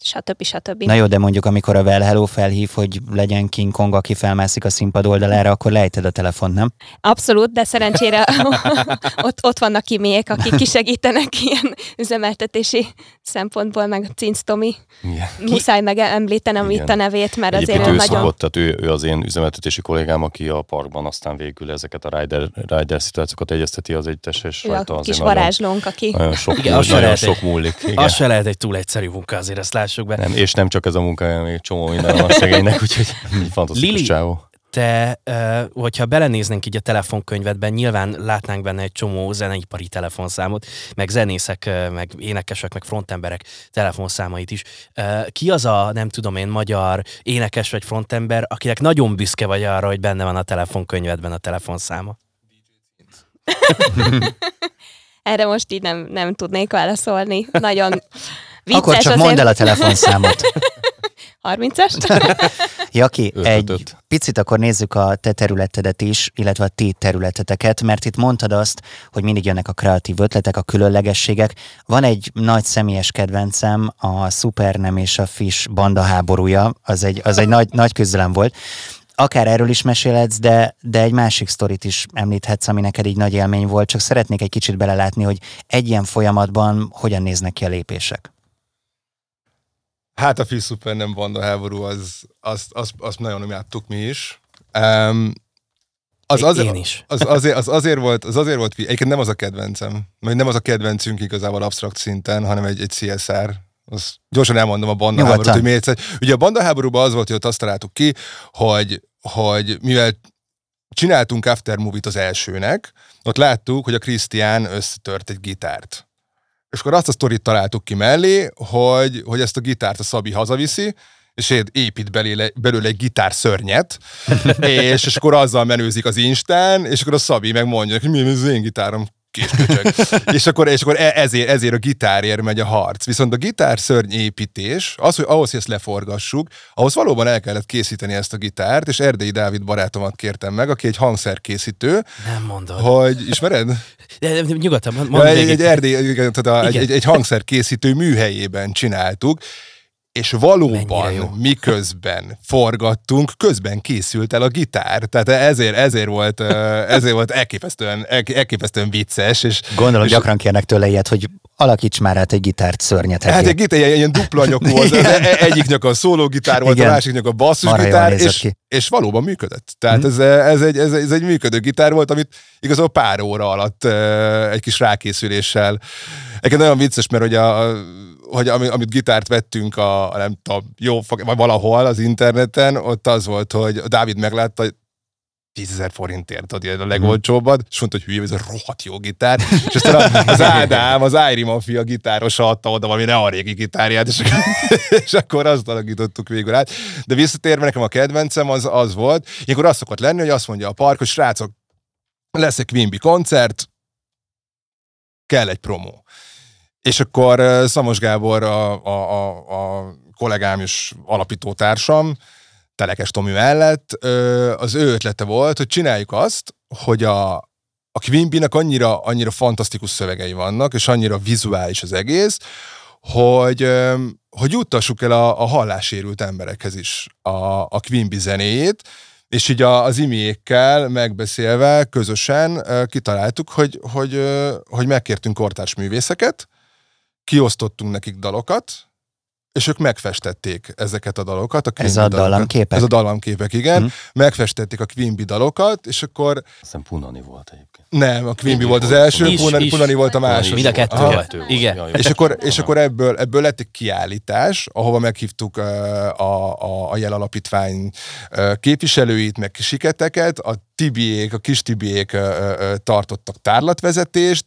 stb. stb. Na jó, de mondjuk amikor a Well Hello felhív, hogy legyen King Kong, aki felmászik a színpad oldalára, akkor lejted a telefont, nem? Abszolút, de szerencsére ott, ott vannak kimélyek, akik kisegítenek ilyen üzemeltetési szempontból, meg Cinc Tomi. Igen. Muszáj megemlítenem itt a nevét, mert Egyébként azért ő nagyon... szokott, tehát ő, ő az én üzemeltetési kollégám, aki a parkban aztán végül ezeket a rider, rider szituációkat egyezteti az egyes Ő rajta. a kis varázslónk, aki... Nagyon sok, Igen, múlik, az nagyon se sok múlik. Igen. Az se lehet egy túl egyszerű munka, azért ezt lássuk be. Nem, és nem csak ez a munka, még egy csomó minden van a szegénynek, úgyhogy fantasztikus Lili, csávó. te, hogyha belenéznénk így a telefonkönyvedben, nyilván látnánk benne egy csomó zeneipari telefonszámot, meg zenészek, meg énekesek, meg frontemberek telefonszámait is. Ki az a, nem tudom én, magyar énekes vagy frontember, akinek nagyon büszke vagy arra, hogy benne van a telefonkönyvedben a telefonszáma? Erre most így nem, nem tudnék válaszolni. Nagyon vicces. Akkor csak azért... mondd el a telefonszámot. harmincas? Jaki, Öt, egy öt, öt. picit akkor nézzük a te területedet is, illetve a ti területeteket, mert itt mondtad azt, hogy mindig jönnek a kreatív ötletek, a különlegességek. Van egy nagy személyes kedvencem, a Supernem és a Fish banda háborúja, az egy, az egy nagy, nagy küzdelem volt. Akár erről is mesélhetsz, de, de egy másik sztorit is említhetsz, ami neked így nagy élmény volt, csak szeretnék egy kicsit belelátni, hogy egy ilyen folyamatban hogyan néznek ki a lépések. Hát a Fish Supernem banda háború, az, azt, azt, azt nagyon imádtuk mi is. Um, az, azért, Én is. Az, azért, az azért volt, az azért volt, egyébként nem az a kedvencem, mert nem az a kedvencünk igazából absztrakt szinten, hanem egy, egy cé es er. Azt gyorsan elmondom a banda háborút, hogy miért. Ugye a banda háborúban az volt, hogy ott azt találtuk ki, hogy, hogy mivel csináltunk aftermovie-t az elsőnek, ott láttuk, hogy a Krisztián összetört egy gitárt. És akkor azt a sztorit találtuk ki mellé, hogy, hogy ezt a gitárt a Szabi hazaviszi, és épít belőle, belőle egy gitárszörnyet, és, és akkor azzal menőzik az Instán, és akkor a Szabi megmondja, hogy mi ez az én gitárom, késköcsög. és akkor, és akkor ezért, ezért a gitárért megy a harc. Viszont a gitárszörny építés, az, hogy ahhoz, hogy ezt leforgassuk, ahhoz valóban el kellett készíteni ezt a gitárt, és Erdélyi Dávid barátomat kértem meg, aki egy hangszerkészítő. Nem mondod. Hogy ismered? De, de, nyugodtan, mondd ja, egy, egy, erdély, igen, tehát a, egy, egy, egy hangszerkészítő műhelyében csináltuk, és valóban miközben forgattunk, közben készült el a gitár. Tehát ezért, ezért volt, ezért volt elképesztően, elképesztően vicces. És, Gondolom, és gyakran kérnek tőle ilyet, hogy alakíts már át egy gitárt szörnyet. Hát egy gitár, ilyen, ilyen dupla nyakú volt. Az egyik nyak a szólógitár volt, igen. A másik nyak a basszusgitár, és, és valóban működött. Tehát mm. ez, ez, egy, ez, ez egy működő gitár volt, amit igazából pár óra alatt egy kis rákészüléssel. Egyébként nagyon vicces, mert hogy a hogy amit gitárt vettünk a, a nem tudom, jó, vagy valahol az interneten, ott az volt, hogy Dávid meglátta, tízezer forintért adja a legolcsóbbat, és mondta, hogy hülye, ez a rohadt jó gitár, és aztán az Ádám, az Áiri Mafia gitárosa adta oda valami ne a régi gitárját, és, és akkor azt alakítottuk végül át. De visszatérve nekem a kedvencem az, az volt, ilyenkor az szokott lenni, hogy azt mondja a park, hogy srácok, lesz egy Quimby koncert, kell egy promó. És akkor Szamos Gábor, a, a, a, a kollégám és alapítótársam, Telekes Tomi mellett, az ő ötlete volt, hogy csináljuk azt, hogy a, a Quimbynek annyira, annyira fantasztikus szövegei vannak, és annyira vizuális az egész, hogy, hogy juttassuk el a, a hallássérült emberekhez is a, a Quimby zenéjét, és így az imiékkel megbeszélve közösen kitaláltuk, hogy, hogy, hogy megkértünk kortárs művészeket, kiosztottunk nekik dalokat, és ők megfestették ezeket a dalokat. A ez a dallamképek? Ez a dallamképek, igen. Hmm. Megfestették a Quimby dalokat, és akkor... Aztán Punani volt egyébként. Nem, a Quimby volt az első, is, Punani, is. Punani volt a második. Mind a kettő Aha. volt. Igen. Ja, és akkor, és akkor ebből, ebből lett egy kiállítás, ahova meghívtuk a, a, a Jel Alapítvány képviselőit, meg siketeket, a Tibiék, a kis Tibiék tartottak tárlatvezetést,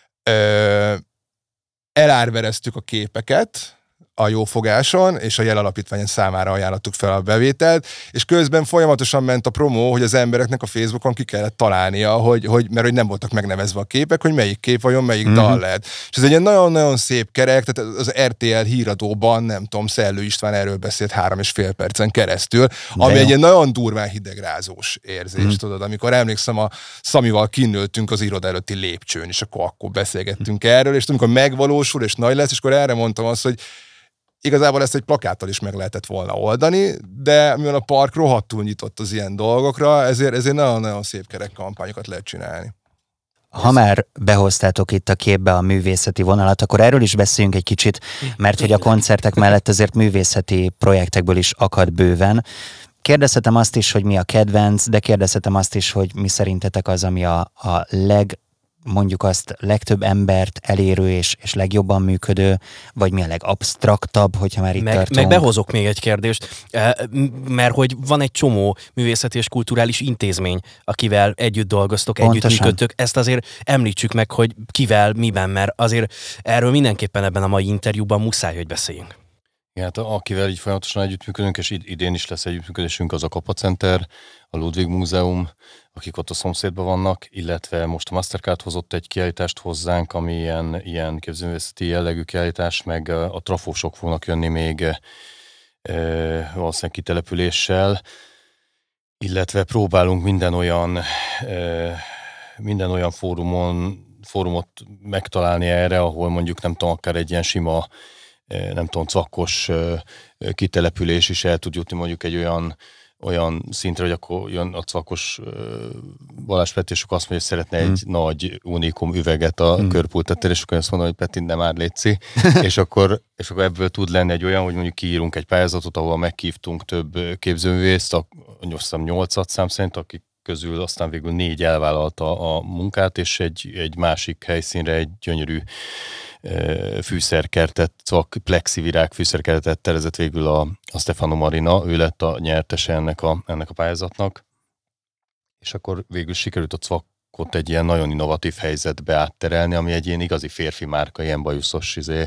elárvereztük a képeket a Jófogáson, és a Jel Alapítvány számára ajánlottuk fel a bevételt, és közben folyamatosan ment a promó, hogy az embereknek a Facebookon ki kellett találnia, hogy, hogy, mert hogy nem voltak megnevezve a képek, hogy melyik kép vajon, melyik mm-hmm. dal lehet. És ez egy ilyen nagyon-nagyon szép kerek, tehát az er té el híradóban, nem tudom, Szellő István erről beszélt három és fél percen keresztül, ami egy ilyen nagyon durván hidegrázós érzés, mm. tudod, amikor emlékszem, a Szamival kinültünk az iroda előtti lépcsőn, és akkor, akkor beszélgettünk erről, és amikor megvalósul, és nagy lesz, és akkor erre mondtam azt, hogy Igazából ezt egy plakáttal is meg lehetett volna oldani, de mivel a park rohadtul nyitott az ilyen dolgokra, ezért, ezért nagyon-nagyon szép kerek kampányokat lehet csinálni. Ha már behoztátok itt a képbe a művészeti vonalat, akkor erről is beszéljünk egy kicsit, mert hogy a koncertek mellett azért művészeti projektekből is akad bőven. Kérdezhetem azt is, hogy mi a kedvenc, de kérdezhetem azt is, hogy mi szerintetek az, ami a, a leg, mondjuk azt legtöbb embert elérő és, és legjobban működő, vagy mi a legabsztraktabb, hogyha már itt meg, tartunk. Meg behozok még egy kérdést, mert hogy van egy csomó művészeti és kulturális intézmény, akivel együtt dolgoztok, együtt működtök. Ezt azért említsük meg, hogy kivel, miben, mert azért erről mindenképpen ebben a mai interjúban muszáj, hogy beszéljünk. Ja, hát akivel így folyamatosan együttműködünk, és idén is lesz együttműködésünk, az a Kapa Center, a Ludwig Múzeum, akik ott a szomszédban vannak, illetve most a Mastercard hozott egy kiállítást hozzánk, ami ilyen, ilyen képzőművészeti jellegű kiállítás, meg a trafósok fognak jönni még e, valószínűleg kitelepüléssel, illetve próbálunk minden olyan, e, minden olyan fórumon, fórumot megtalálni erre, ahol mondjuk nem tudom, akár egy ilyen sima, nem tudom, cvakkos kitelepülés is el tud jutni mondjuk egy olyan, olyan szintre, hogy akkor jön a cvakkos Balázs Peti, és akkor azt mondja, hogy szeretne egy hmm. nagy unikum üveget a hmm. körpultettel, és akkor azt mondom, hogy Peti, nem már létszi. és, akkor, és akkor ebből tud lenni egy olyan, hogy mondjuk kiírunk egy pályázatot, ahol meghívtunk több képzőművészt, azt hiszem nyolcat szám szerint, akik közül aztán végül négy elvállalta a munkát, és egy, egy másik helyszínre egy gyönyörű fűszerkertet, szóval plexivirág fűszerkertet tervezett végül a, a Stefano Marina, ő lett a nyertese ennek a, ennek a pályázatnak, és akkor végül sikerült a cvakkot egy ilyen nagyon innovatív helyzetbe átterelni, ami egy ilyen igazi férfi márka, ilyen bajuszos, izé,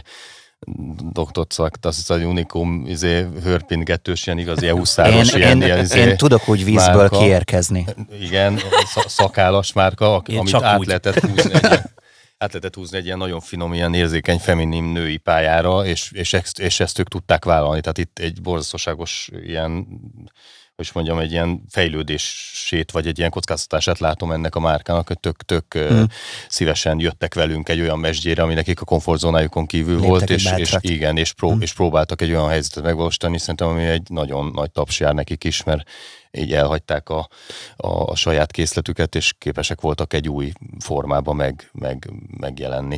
doktor Cvak, azt hiszem, hogy unikum, izé, hörpingetős, ilyen igazi euszáros, én, ilyen, én, ilyen izé, én tudok úgy vízből márka, kiérkezni. Igen, szakállas márka, én amit át úgy. lehetett húzni egy ilyen, át lehetett húzni egy ilyen nagyon finom, ilyen érzékeny, feminin női pályára, és, és, ezt, és ezt ők tudták vállalni. Tehát itt egy borzasztóságos ilyen, hogy mondjam, egy ilyen fejlődését, vagy egy ilyen kockáztatását látom ennek a márkának, hogy tök-tök hmm. szívesen jöttek velünk egy olyan mesdjére, ami nekik a komfortzónájukon kívül Léptek volt, és, és igen, és, pró, hmm. és próbáltak egy olyan helyzetet megvalósítani, szerintem, ami egy nagyon nagy taps jár nekik is, mert így elhagyták a, a, a saját készletüket, és képesek voltak egy új formába meg, meg, megjelenni.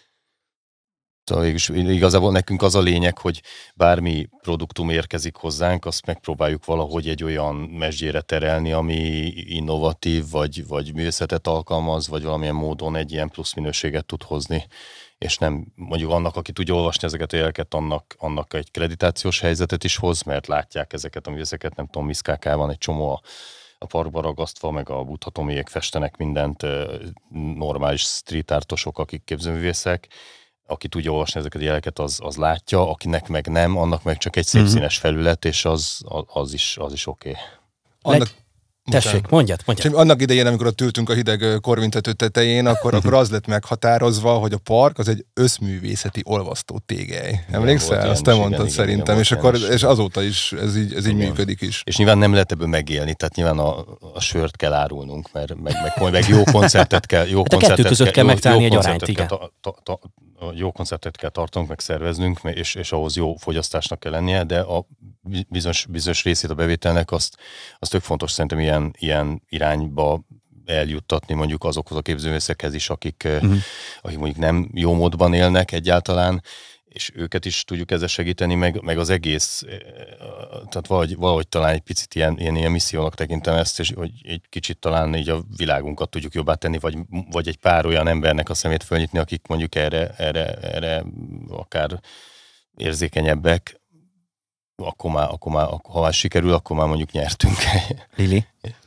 Szóval igazából nekünk az a lényeg, hogy bármi produktum érkezik hozzánk, azt megpróbáljuk valahogy egy olyan mesdjére terelni, ami innovatív, vagy, vagy művészetet alkalmaz, vagy valamilyen módon egy ilyen plusz minőséget tud hozni, és nem mondjuk annak, aki tudja olvasni ezeket a jeleket, annak, annak egy kreditációs helyzetet is hoz, mert látják ezeket a művészeket, nem tudom, Miszkákán van egy csomó a, a parkba ragasztva, meg a Buddha-Tomiék festenek mindent, normális street artosok, akik képzőművészek. Aki tudja olvasni ezeket a jeleket, az, az látja, akinek meg nem, annak meg csak egy szép mm-hmm. színes felület, és az, az is, az is oké. Okay. Leg... Tessék, mondjad, mondjad. Annak idején, amikor ott ültünk a hideg korvintető tetején, akkor, akkor az lett meghatározva, hogy a park az egy összművészeti olvasztó tégely. Emlékszel? Azt te mondtad igen, szerintem, igen, és, akkor, és azóta is ez így, ez így működik is. És nyilván nem lehet ebből megélni, tehát nyilván a, a sört kell árulnunk, mert meg, meg, meg jó koncertet kell, jó hát koncertet a kettő között kell, kell megtalálni egy arányt, igen. Ta, ta, ta, jó koncertet kell tartanunk, meg szerveznünk, és, és ahhoz jó fogyasztásnak kell lennie, de a bizonyos, bizonyos részét a bevételnek azt, azt tök fontos szerintem ilyen, ilyen irányba eljuttatni mondjuk azokhoz a képzőművészekhez is, akik, mm. akik mondjuk nem jó módban élnek egyáltalán, és őket is tudjuk ezzel segíteni, meg, meg az egész, tehát valahogy, valahogy talán egy picit ilyen, ilyen, ilyen missziónak tekintem ezt, és hogy egy kicsit talán így a világunkat tudjuk jobbá tenni, vagy, vagy egy pár olyan embernek a szemét fölnyitni, akik mondjuk erre, erre, erre akár érzékenyebbek, akkor már, akkor már, ha már sikerül, akkor már mondjuk nyertünk. Lili?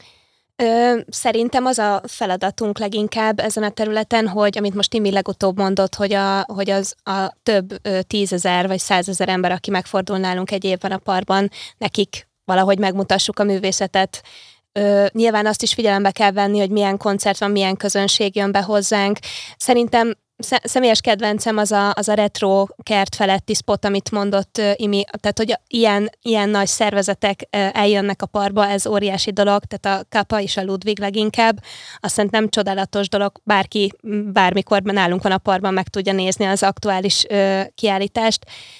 Ö, szerintem az a feladatunk leginkább ezen a területen, hogy amit most Timi legutóbb mondott, hogy, a, hogy az a több ö, tízezer vagy százezer ember, aki megfordul nálunk egy évben a parkban, nekik valahogy megmutassuk a művészetet. Ö, nyilván azt is figyelembe kell venni, hogy milyen koncert van, milyen közönség jön be hozzánk. Szerintem személyes kedvencem az a, az a retro kert feletti spot, amit mondott uh, Imi, tehát hogy ilyen, ilyen nagy szervezetek uh, eljönnek a parkba, ez óriási dolog, tehát a Kapa és a Ludwig leginkább. Azt szerintem csodálatos dolog, bárki bármikor nálunk van a parkban meg tudja nézni az aktuális uh, kiállítást,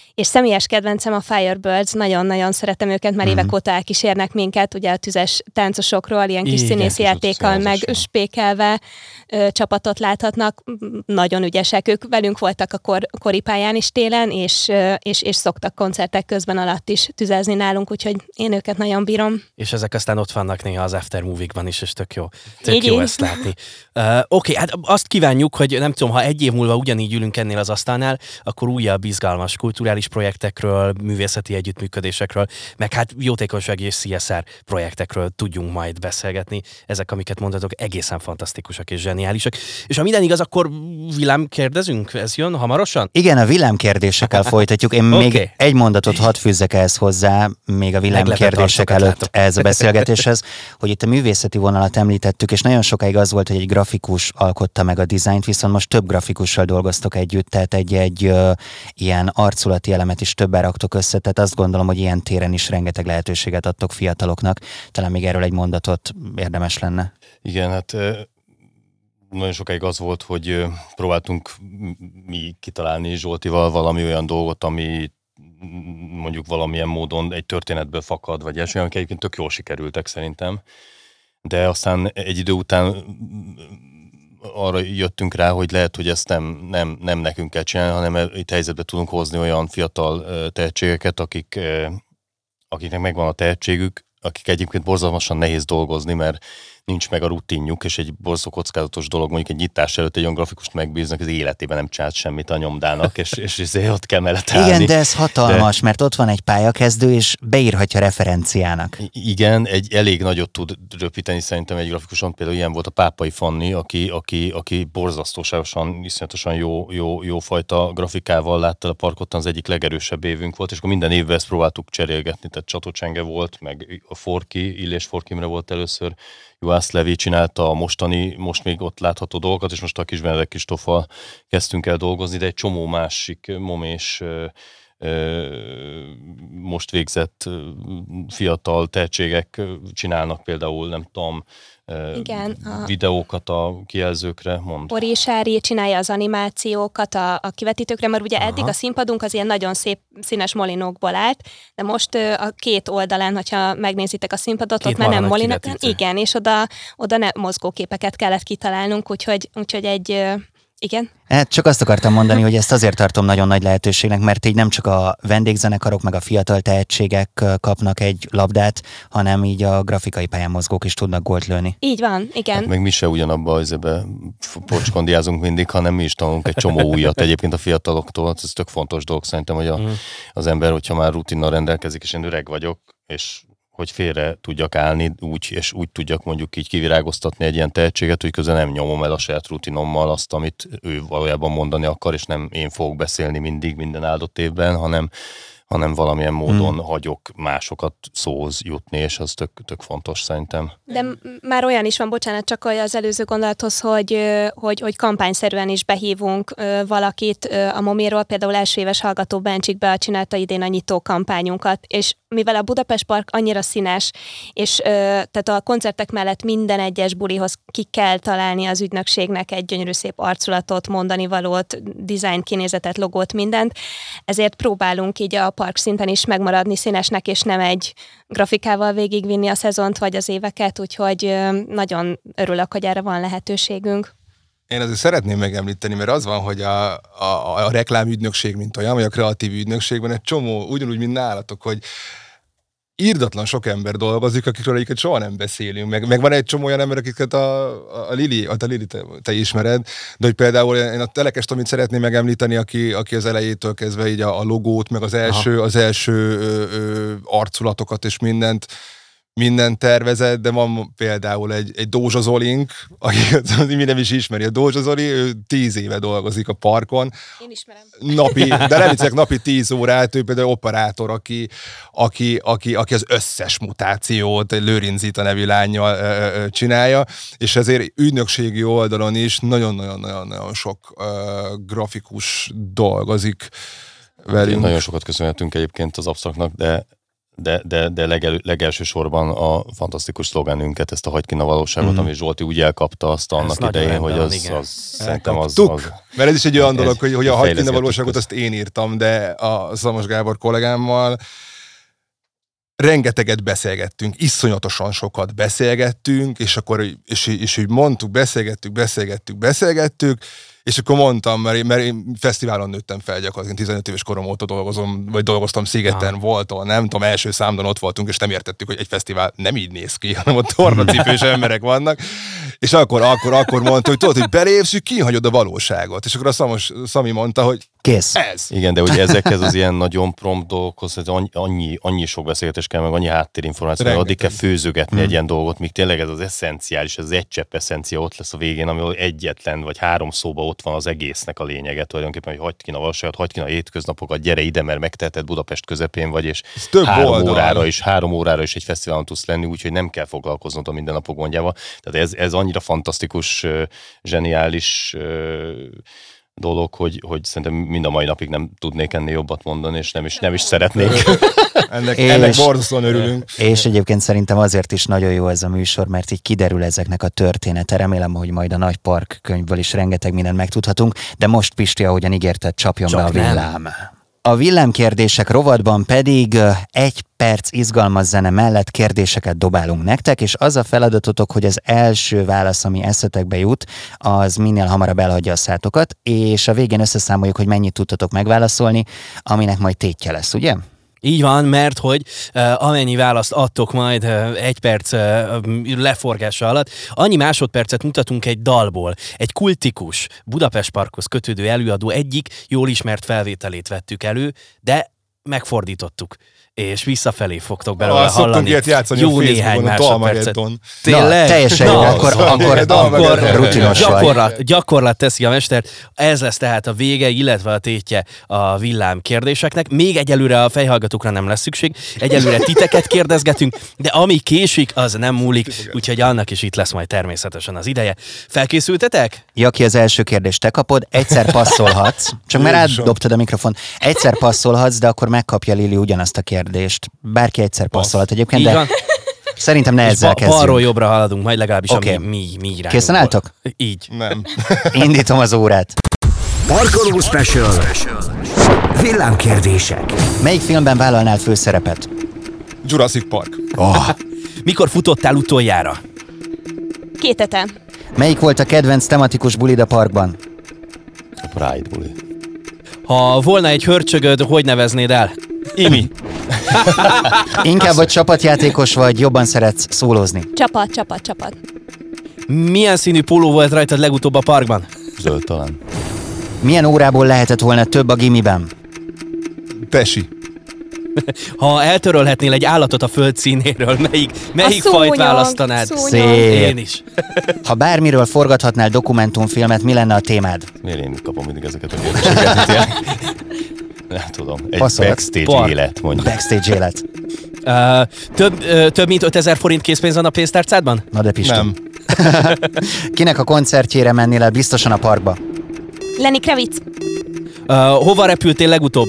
És személyes kedvencem a Firebirds, nagyon-nagyon szeretem őket, már mm-hmm. évek óta elkísérnek minket, ugye a tüzes táncosokról, ilyen kis színészi játékkal megspékelve ö, csapatot láthatnak, nagyon ügyesek, ők velünk voltak a kor, koripályán is télen, és, ö, és, és szoktak koncertek közben alatt is tüzezni nálunk, úgyhogy én őket nagyon bírom. És ezek aztán ott vannak néha az After Movie-kban is, és tök jó. Tök így jó így. ezt látni. Uh, Oké, okay, hát azt kívánjuk, hogy nem tudom, ha egy év múlva ugyanígy ülünk ennél az asztalnál, akkor újabb izgalmas kulturális projektekről, művészeti együttműködésekről, meg hát jótékonysági és cé es er projektekről tudjunk majd beszélgetni. Ezek, amiket mondhatok, egészen fantasztikusak és zseniálisak. És ha minden igaz, akkor villámkérdezünk? Ez jön hamarosan? Igen, a villámkérdésekkel folytatjuk. Én Okay. még egy mondatot hadd fűzzek ehhez hozzá, még a villámkérdések előtt látok. ehhez a beszélgetéshez, hogy itt a művészeti vonalat említettük, és nagyon sokáig az volt, hogy egy grafikus alkotta meg a dizájnt, viszont most több grafikussal dolgoztok együtt, tehát egy-egy ö, ilyen arculati elemet is többen raktok össze, tehát azt gondolom, hogy ilyen téren is rengeteg lehetőséget adtok fiataloknak. Talán még erről egy mondatot érdemes lenne. Igen, hát nagyon sokáig az volt, hogy próbáltunk mi kitalálni Zsoltival valami olyan dolgot, ami mondjuk valamilyen módon egy történetből fakad, vagy ilyesmi, amik egyébként tök jól sikerültek szerintem. De aztán egy idő után arra jöttünk rá, hogy lehet, hogy ezt nem, nem, nem nekünk kell csinálni, hanem itt helyzetbe tudunk hozni olyan fiatal tehetségeket, akik, akiknek megvan a tehetségük, akik egyébként borzalmasan nehéz dolgozni, mert nincs meg a rutinjuk, és egy borzasztó kockázatos dolog, mondjuk egy nyitás előtt egy olyan grafikust megbíznak, az életében nem csinált semmit a nyomdának, és, és ezért ott kell mellett állni. Igen, de ez hatalmas, de... mert ott van egy pályakezdő, és beírhatja referenciának. Igen, egy elég nagyot tud röpíteni szerintem egy grafikuson, például ilyen volt a Pápai Fanni, aki, aki, aki borzasztóságosan, iszonyatosan jó, jó, jó fajta grafikával látta a parkot, az egyik legerősebb évünk volt, és akkor minden évben ezt próbáltuk cserélgetni, tehát Csató Csenge volt, meg a Forki, Illés Forkimre volt először, Juhász Levi csinálta a mostani, most még ott látható dolgokat, és most a Kis Benedek Kristóffal kezdtünk el dolgozni, de egy csomó másik momés most végzett fiatal tehetségek csinálnak például, nem tudom, Igen, a... videókat a kijelzőkre, mond. Ori Sári csinálja az animációkat a, a kivetítőkre, mert ugye Aha. eddig a színpadunk az ilyen nagyon szép színes molinókból állt, de most a két oldalán, hogyha megnézitek a színpadot, két ott már nem molinok, kivetítő. igen, és oda, oda ne, mozgóképeket kellett kitalálnunk, úgyhogy, úgyhogy egy... Igen. Hát csak azt akartam mondani, hogy ezt azért tartom nagyon nagy lehetőségnek, mert így nem csak a vendégzenekarok meg a fiatal tehetségek kapnak egy labdát, hanem így a grafikai pályán mozgók is tudnak gólt lőni. Így van, igen. Hát meg mi se ugyanabba az ebbe pocskondiázunk mindig, hanem mi is tanulunk egy csomó újat egyébként a fiataloktól. Ez tök fontos dolog szerintem, hogy a, mm. az ember, hogyha már rutinnal rendelkezik, és én öreg vagyok, és hogy félre tudjak állni, úgy, és úgy tudjak mondjuk így kivirágoztatni egy ilyen tehetséget, hogy közben nem nyomom el a saját rutinommal azt, amit ő valójában mondani akar, és nem én fogok beszélni mindig minden áldott évben, hanem, hanem valamilyen módon hmm. hagyok másokat szóhoz jutni, és az tök, tök fontos szerintem. De már olyan is van, bocsánat, csak az előző gondolathoz, hogy, hogy, hogy kampányszerűen is behívunk valakit a Momiról, például első éves hallgató Bencsik be csinálta idén a nyitó kampányunkat, és mivel a Budapest Park annyira színes, és ö, tehát a koncertek mellett minden egyes bulihoz ki kell találni az ügynökségnek egy gyönyörű szép arculatot, mondani valót, dizájn, kinézetet, logót, mindent, ezért próbálunk így a park szinten is megmaradni színesnek, és nem egy grafikával végigvinni a szezont vagy az éveket, úgyhogy ö, nagyon örülök, hogy erre van lehetőségünk. Én azért szeretném megemlíteni, mert az van, hogy a, a, a reklámügynökség, mint olyan, vagy a kreatív ügynökségben egy csomó, ugyanúgy, mint nálatok, hogy írdatlan sok ember dolgozik, akikről egyiket soha nem beszélünk. Meg, meg van egy csomó olyan ember, akiket a, a Lili, a Lili te, te ismered, de hogy például én a Telekes Tomit szeretném megemlíteni, aki, aki az elejétől kezdve így a, a logót, meg az első, Aha. az első ö, ö, arculatokat és mindent, minden tervezett, de van például egy, egy Dózsa Zolink, aki mi nem is ismeri, a Dózsa Zoli, ő tíz éve dolgozik a parkon. Én ismerem. Napi, de nem hiszek, napi tíz órát, ő például operátor, aki, aki, aki, aki az összes mutációt egy Lőrinzita nevű lánnyal ö, ö, csinálja, és ezért ügynökségi oldalon is nagyon-nagyon-nagyon sok ö, grafikus dolgozik velünk. Nagyon sokat köszönhetünk egyébként az Absztraktnak, de de, de, de legel, legelső sorban a fantasztikus szlogenünket, ezt a Hagyd ki a valóságot, mm. ami Zsolti úgy elkapta azt annak ez idején, hogy az, az, az szerintem az, az... Mert ez is egy olyan dolog, hogy, hogy a Hagyd ki a valóságot azt én írtam, de a Szamos Gábor kollégámmal rengeteget beszélgettünk, iszonyatosan sokat beszélgettünk, és akkor és, és úgy mondtuk, beszélgettük, beszélgettük, beszélgettük, és akkor mondtam, mert én, mert én fesztiválon nőttem fel gyakorlatilag, tizenöt éves korom óta dolgozom, vagy dolgoztam Szigeten, ah. Volton, nem tudom, első számban ott voltunk, és nem értettük, hogy egy fesztivál nem így néz ki, hanem ott tornacipős emberek vannak, és akkor, akkor, akkor mondta, hogy tudod, hogy belépsz, hogy kihagyod a valóságot, és akkor a Szamos, Szami mondta, hogy kész. Ez. Igen, de ugye ezekhez az ilyen nagyon prompt dolgokhoz annyi, annyi sok beszélgetés kell, meg annyi háttérinformáció, hogy addig kell főzögetni hmm. egy ilyen dolgot, míg tényleg ez az eszenciális, ez az egy csepp eszencia ott lesz a végén, ami egyetlen vagy három szóba ott van az egésznek a lényege tulajdonképpen, hogy hagyd ki a valóságot, hagyd ki a hétköznapokat, gyere ide, mert megteheted, Budapest közepén vagy, és három oldal. órára is, három órára is egy fesztiválon tudsz lenni, úgyhogy nem kell foglalkoznod a mindennapok gondjával. Tehát ez, ez annyira fantasztikus, zseniális dolog, hogy, hogy szerintem mind a mai napig nem tudnék ennél jobbat mondani, és nem is, nem is szeretnék. ennek, ennek borzasztóan örülünk. És egyébként szerintem azért is nagyon jó ez a műsor, mert így kiderül ezeknek a története. Remélem, hogy majd a Nagy Park könyvből is rengeteg mindent megtudhatunk, de most Pisti, ahogyan ígérted, csapjon Csak be a villám. Nem. A villámkérdések rovatban pedig egy perc izgalmas zene mellett kérdéseket dobálunk nektek, és az a feladatotok, hogy az első válasz, ami eszetekbe jut, az minél hamarabb elhagyja a szátokat, és a végén összeszámoljuk, hogy mennyit tudtatok megválaszolni, aminek majd tétje lesz, ugye? Így van, mert hogy uh, amennyi választ adtok majd uh, egy perc uh, leforgása alatt, annyi másodpercet mutatunk egy dalból. Egy kultikus Budapest Parkhoz kötődő előadó egyik jól ismert felvételét vettük elő, de megfordítottuk. És visszafelé fogtok belőle ah, hallani jó néhány másodpercet. Tényleg? Na, teljesen jó, akkor, akkor, akkor rutinos gyakorlat, gyakorlat teszi a mestert. Ez lesz tehát a vége, illetve a tétje a villám kérdéseknek. Még egyelőre a fejhallgatókra nem lesz szükség, egyelőre titeket kérdezgetünk, de ami késik, az nem múlik, úgyhogy annak is itt lesz majd természetesen az ideje. Felkészültetek? Jaki, az első kérdést te kapod, egyszer passzolhatsz, csak mert átdobtad a mikrofon. Egyszer passzolhatsz, de akkor megkapja Lili ugyanazt a kérdést. Bárki egyszer passzolhat egyébként, de szerintem ne ezzel kezdjünk. Balról jobbra haladunk, majd legalábbis okay. mi, mi, mi irányunkból. Készen álltok? Így. Nem. Indítom az órát. Parkoló Special. Villámkérdések. Melyik filmben vállalnál főszerepet? Jurassic Park. Oh. Mikor futottál utoljára? Két hete. Melyik volt a kedvenc tematikus bulid a parkban? A Pride buli. Ha volna egy hörcsögöd, hogy neveznéd el? Imi. Inkább vagy csapatjátékos vagy, jobban szeretsz szólózni? Csapat, csapat, csapat. Milyen színű póló volt rajtad legutóbb a parkban? Zöld talán. Milyen órából lehetett volna több a gimiben? Tesi. Ha eltörölhetnél egy állatot a föld színéről, melyik, melyik szúnyog, fajt választanád? Szúnyog. Én is. Ha bármiről forgathatnál dokumentumfilmet, mi lenne a témád? Miért én kapom mindig ezeket a kérdéseket? Nem tudom. Egy Passzolat. backstage Park. élet, mondjuk. Backstage élet. Uh, több, uh, több mint ötezer forint készpénz van a pénztárcádban? Na de Pisti. Nem. Kinek a koncertjére mennél el biztosan a parkba? Lenny Kravitz. Uh, hova repültél legutóbb?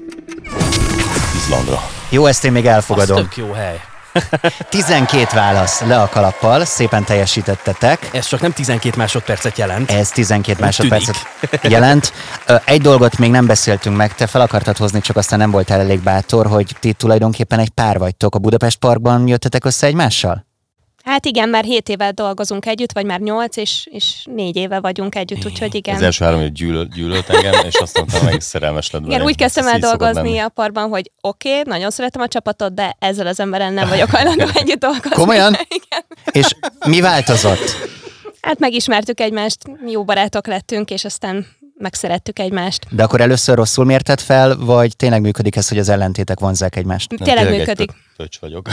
Izlandra. Jó, ezt én még elfogadom. Az tök jó hely. tizenkét válasz le a kalappal, szépen teljesítettetek. Ez csak nem tizenkét másodpercet jelent. Ez tizenkét másodpercet jelent. Egy dolgot még nem beszéltünk meg, te fel akartad hozni, csak aztán nem voltál elég bátor, hogy ti tulajdonképpen egy pár vagytok. A Budapest Parkban jöttetek össze egymással? Hát igen, már hét éve dolgozunk együtt, vagy már nyolc, és, és négy éve vagyunk együtt, úgyhogy igen. Az első három év gyűlölt, gyűlölt engem, és aztán meg is szerelmes lett. Igen, úgy kezdtem el dolgozni a parkban, hogy oké, okay, nagyon szeretem a csapatot, de ezzel az emberrel nem vagyok hajlandó együtt dolgozni. Komolyan? Igen. És mi változott? Hát megismertük egymást, jó barátok lettünk, és aztán megszerettük egymást. De akkor először rosszul mérted fel, vagy tényleg működik ez, hogy az ellentétek vonzzák egymást? Nem, tényleg, tényleg működik. Pöcs vagyok.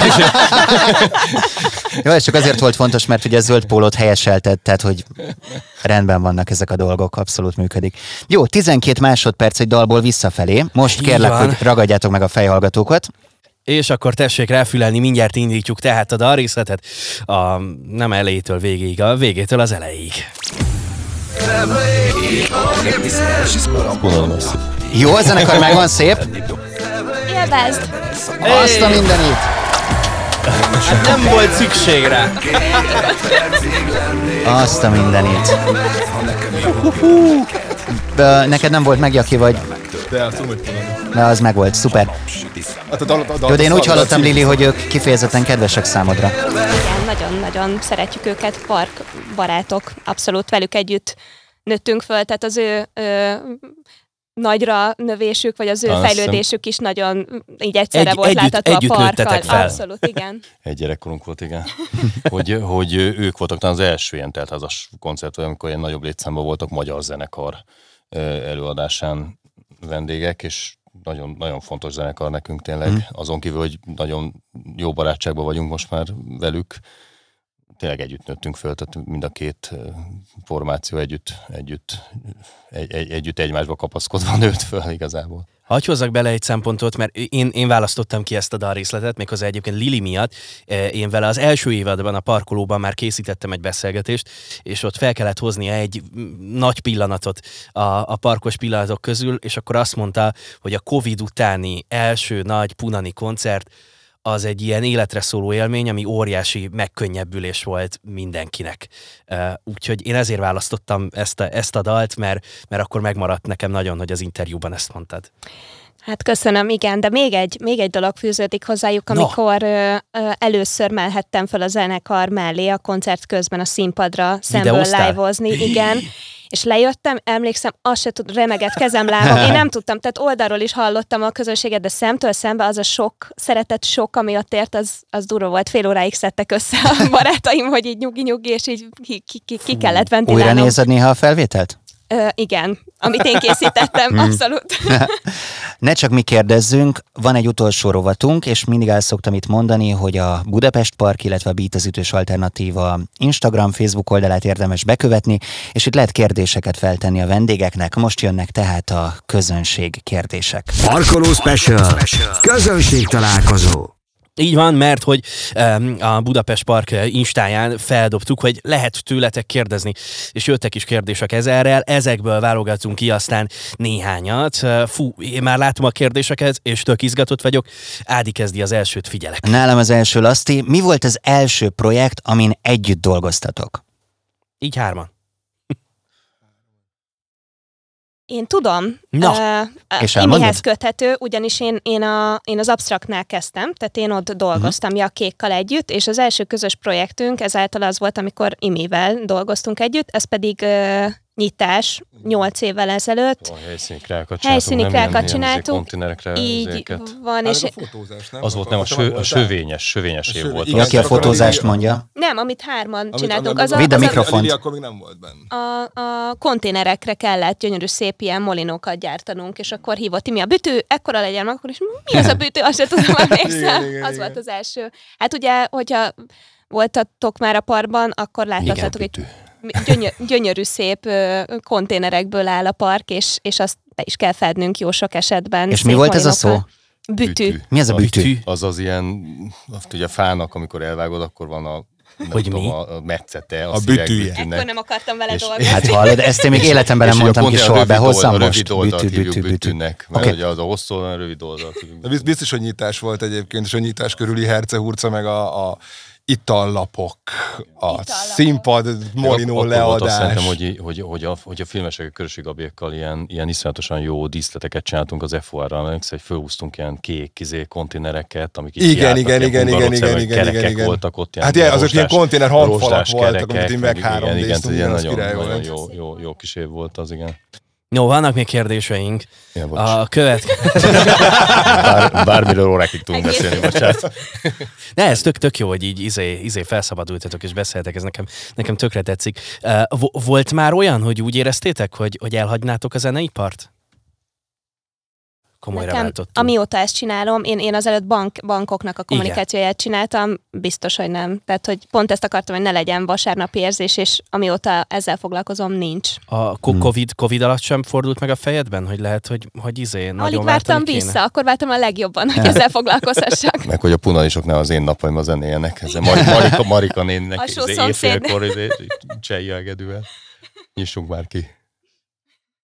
Jó, ez csak azért volt fontos, mert ugye zöld pólót helyeselted, tehát hogy rendben vannak ezek a dolgok, abszolút működik. Jó, tizenkét másodperc egy dalból visszafelé. Most kérlek, hogy ragadjátok meg a fejhallgatókat. És akkor tessék ráfülelni, mindjárt indítjuk tehát a dalrészletet a nem elejétől végéig, a végétől az elejéig. Jó, a zenekar megvan, szép. Élvezd! Azt a mindenit! Hát nem volt szükség rá. Azt a mindenit. De neked nem volt meg, Jaki, vagy? De azt úgy tudom. De az meg volt, szuper. Hát a dal, a dal, Jó, de én úgy hallottam, cím- Lili, hogy ők kifejezetten kedvesek számodra. Igen, nagyon-nagyon szeretjük őket, park barátok, abszolút velük együtt nőttünk föl, tehát az ő ö, nagyra növésük, vagy az ő Talán fejlődésük is nagyon így egyszerre Egy- volt együtt- látható együtt a parkkal. nőttetek fel. Abszolút, igen. Egy gyerekkorunk volt, igen. hogy, hogy ők voltak talán az első ilyen teltházas koncert, amikor ilyen nagyobb létszámban voltak magyar zenekar ö, előadásán vendégek, és nagyon, nagyon fontos zenekar nekünk tényleg. Hmm. Azon kívül, hogy nagyon jó barátságban vagyunk most már velük, tényleg együtt nőttünk föl, tehát mind a két formáció együtt, együtt, egy, egy, együtt egymásba kapaszkodva nőtt föl igazából. Hagy hozzak bele egy szempontot, mert én, én választottam ki ezt a dalrészletet, méghozzá egyébként Lili miatt. Én vele az első évadban a parkolóban már készítettem egy beszélgetést, és ott fel kellett hoznia egy nagy pillanatot a, a parkos pillanatok közül, és akkor azt mondta, hogy a Covid utáni első nagy punani koncert az egy ilyen életre szóló élmény, ami óriási megkönnyebbülés volt mindenkinek. Úgyhogy én ezért választottam ezt a, ezt a dalt, mert, mert akkor megmaradt nekem nagyon, hogy az interjúban ezt mondtad. Hát köszönöm, igen, de még egy, még egy dolog fűződik hozzájuk, amikor no. ö, ö, először melhettem fel a zenekar mellé a koncert közben a színpadra szemből live-ozni, igen, és lejöttem, emlékszem, azt se tud, remegett kezem, lábam, én nem tudtam, tehát oldalról is hallottam a közönséget, de szemtől szembe az a sok, szeretett sok, ami ott ért, az, az durva volt, fél óráig szedtek össze a barátaim, hogy így nyugi-nyugi, és így ki, ki, ki, ki kellett ventilálnom. Újra nézed néha a felvételt? Ö, igen, amit én készítettem, abszolút. Ne csak mi kérdezzünk, van egy utolsó rovatunk, és mindig el szoktam itt mondani, hogy a Budapest Park, illetve a Beat az ütős alternatíva Instagram, Facebook oldalát érdemes bekövetni, és itt lehet kérdéseket feltenni a vendégeknek. Most jönnek tehát a közönség kérdések. Parkoló Special. Közönség találkozó. Így van, mert hogy um, a Budapest Park instáján feldobtuk, hogy lehet tőletek kérdezni, és jöttek is kérdések ezerrel, ezekből válogatunk ki aztán néhányat. Fú, én már látom a kérdéseket, és tök izgatott vagyok. Ádi kezdi az elsőt, figyelek. Nálam az első, Laszti. Mi volt az első projekt, amin együtt dolgoztatok? Így hárman. Én tudom. Na, uh, és Imihez köthető, ugyanis én, én, a, én az Absztraktnál kezdtem, tehát én ott dolgoztam uh-huh. Jakékkal együtt, és az első közös projektünk ezáltal az volt, amikor Imivel dolgoztunk együtt, ez pedig uh, nyitás nyolc évvel ezelőtt. A helyszíni krákat Helyszíni krákat csináltuk. Konténerekre így van, Hát és... a fotózás, nem? az volt nem a, sö, a sövényes, sövényes év volt. Igen, Jaki a akkor fotózást Lili- mondja? Nem, amit hárman Amit- csináltunk. amit- Az a, Vidd a az a, mikrofont. Lili akkor még nem volt benne. a, a konténerekre kellett gyönyörű szép ilyen molinókat gyártanunk, és akkor hívott Imi a bütű, ekkora legyen, akkor is mi az a bütű, azt sem tudom, emlékszem. Igen, igen, Az igen. volt az első. Hát ugye, hogyha voltatok már a parkban, akkor láttatok egy bütű. gyönyör, gyönyörű szép ö, konténerekből áll a park, és, és azt be is kell fednünk jó sok esetben. És szép mi volt ez a szó? molinokkal. Bütű. Mi ez a bütű? Az az ilyen, azt ugye a fának, amikor elvágod, akkor van a, Hogy tudom, mi? a, a metszete, A azt hívják bütűje. bütűnek. Akkor nem akartam vele És- dolgozni. Hát hallod, ezt én még életemben nem És mondtam ugye ki a soha, rövid behozzam oldal- most. A rövid oldalt Bütű, hívjuk bütű, bütű. bütűnek, mert Oké. ugye az a hosszú oldal, a rövid oldalt hívjuk. De biz- biztos, hogy nyitás volt egyébként, és a nyitás körüli hercehurca, meg a, a itallapok, a Itallapok. színpad, molinó Akkor volt azt leadás. szerintem, hogy, hogy, hogy, a, hogy a filmesek a Körösi Gabiékkal ilyen, ilyen iszonyatosan jó díszleteket csináltunk az ef o er-ral, emlékszel, hogy fölhúztunk ilyen kék kizé konténereket, amik így Igen, jártak, igen, ilyen igen, igen, hungarocell, igen, igen, kerekek igen, igen. voltak ott. Hát ilyen, azok ilyen konténer hangfalak rozsdás voltak, kerekek, amit így meg meg három igen, igen, néztünk, ilyen az nagyon, király nagyon volt. jó, jó, jó kis év volt az, igen. No, vannak még kérdéseink. Ja, bocs. A következő... Bár, bármiről órákig tudunk Egész. beszélni, bocsánat. Ne, ez tök, tök jó, hogy így izé, izé felszabadultatok és beszéltek, ez nekem, nekem tökre tetszik. Uh, vo- volt már olyan, hogy úgy éreztétek, hogy, hogy elhagynátok a zeneipart? Komolyra Nekem, váltottunk. amióta ezt csinálom, én, én azelőtt bank, bankoknak a kommunikációját csináltam, biztos, hogy nem. Tehát, hogy pont ezt akartam, hogy ne legyen vasárnapi érzés, és amióta ezzel foglalkozom, nincs. A ko- COVID, COVID alatt sem fordult meg a fejedben, hogy lehet, hogy, hogy izé nagyon Alig váltani vártam kéne? vissza, akkor vártam a legjobban, hogy ezzel foglalkozhassak. Meg hogy a punalisok ne az én napaimban zenéljenek. Ez Mar- Marika, Marika néninek Alsó izé, szomszéd. éjfélkor izé, cseljelgedővel. Nyissunk már ki.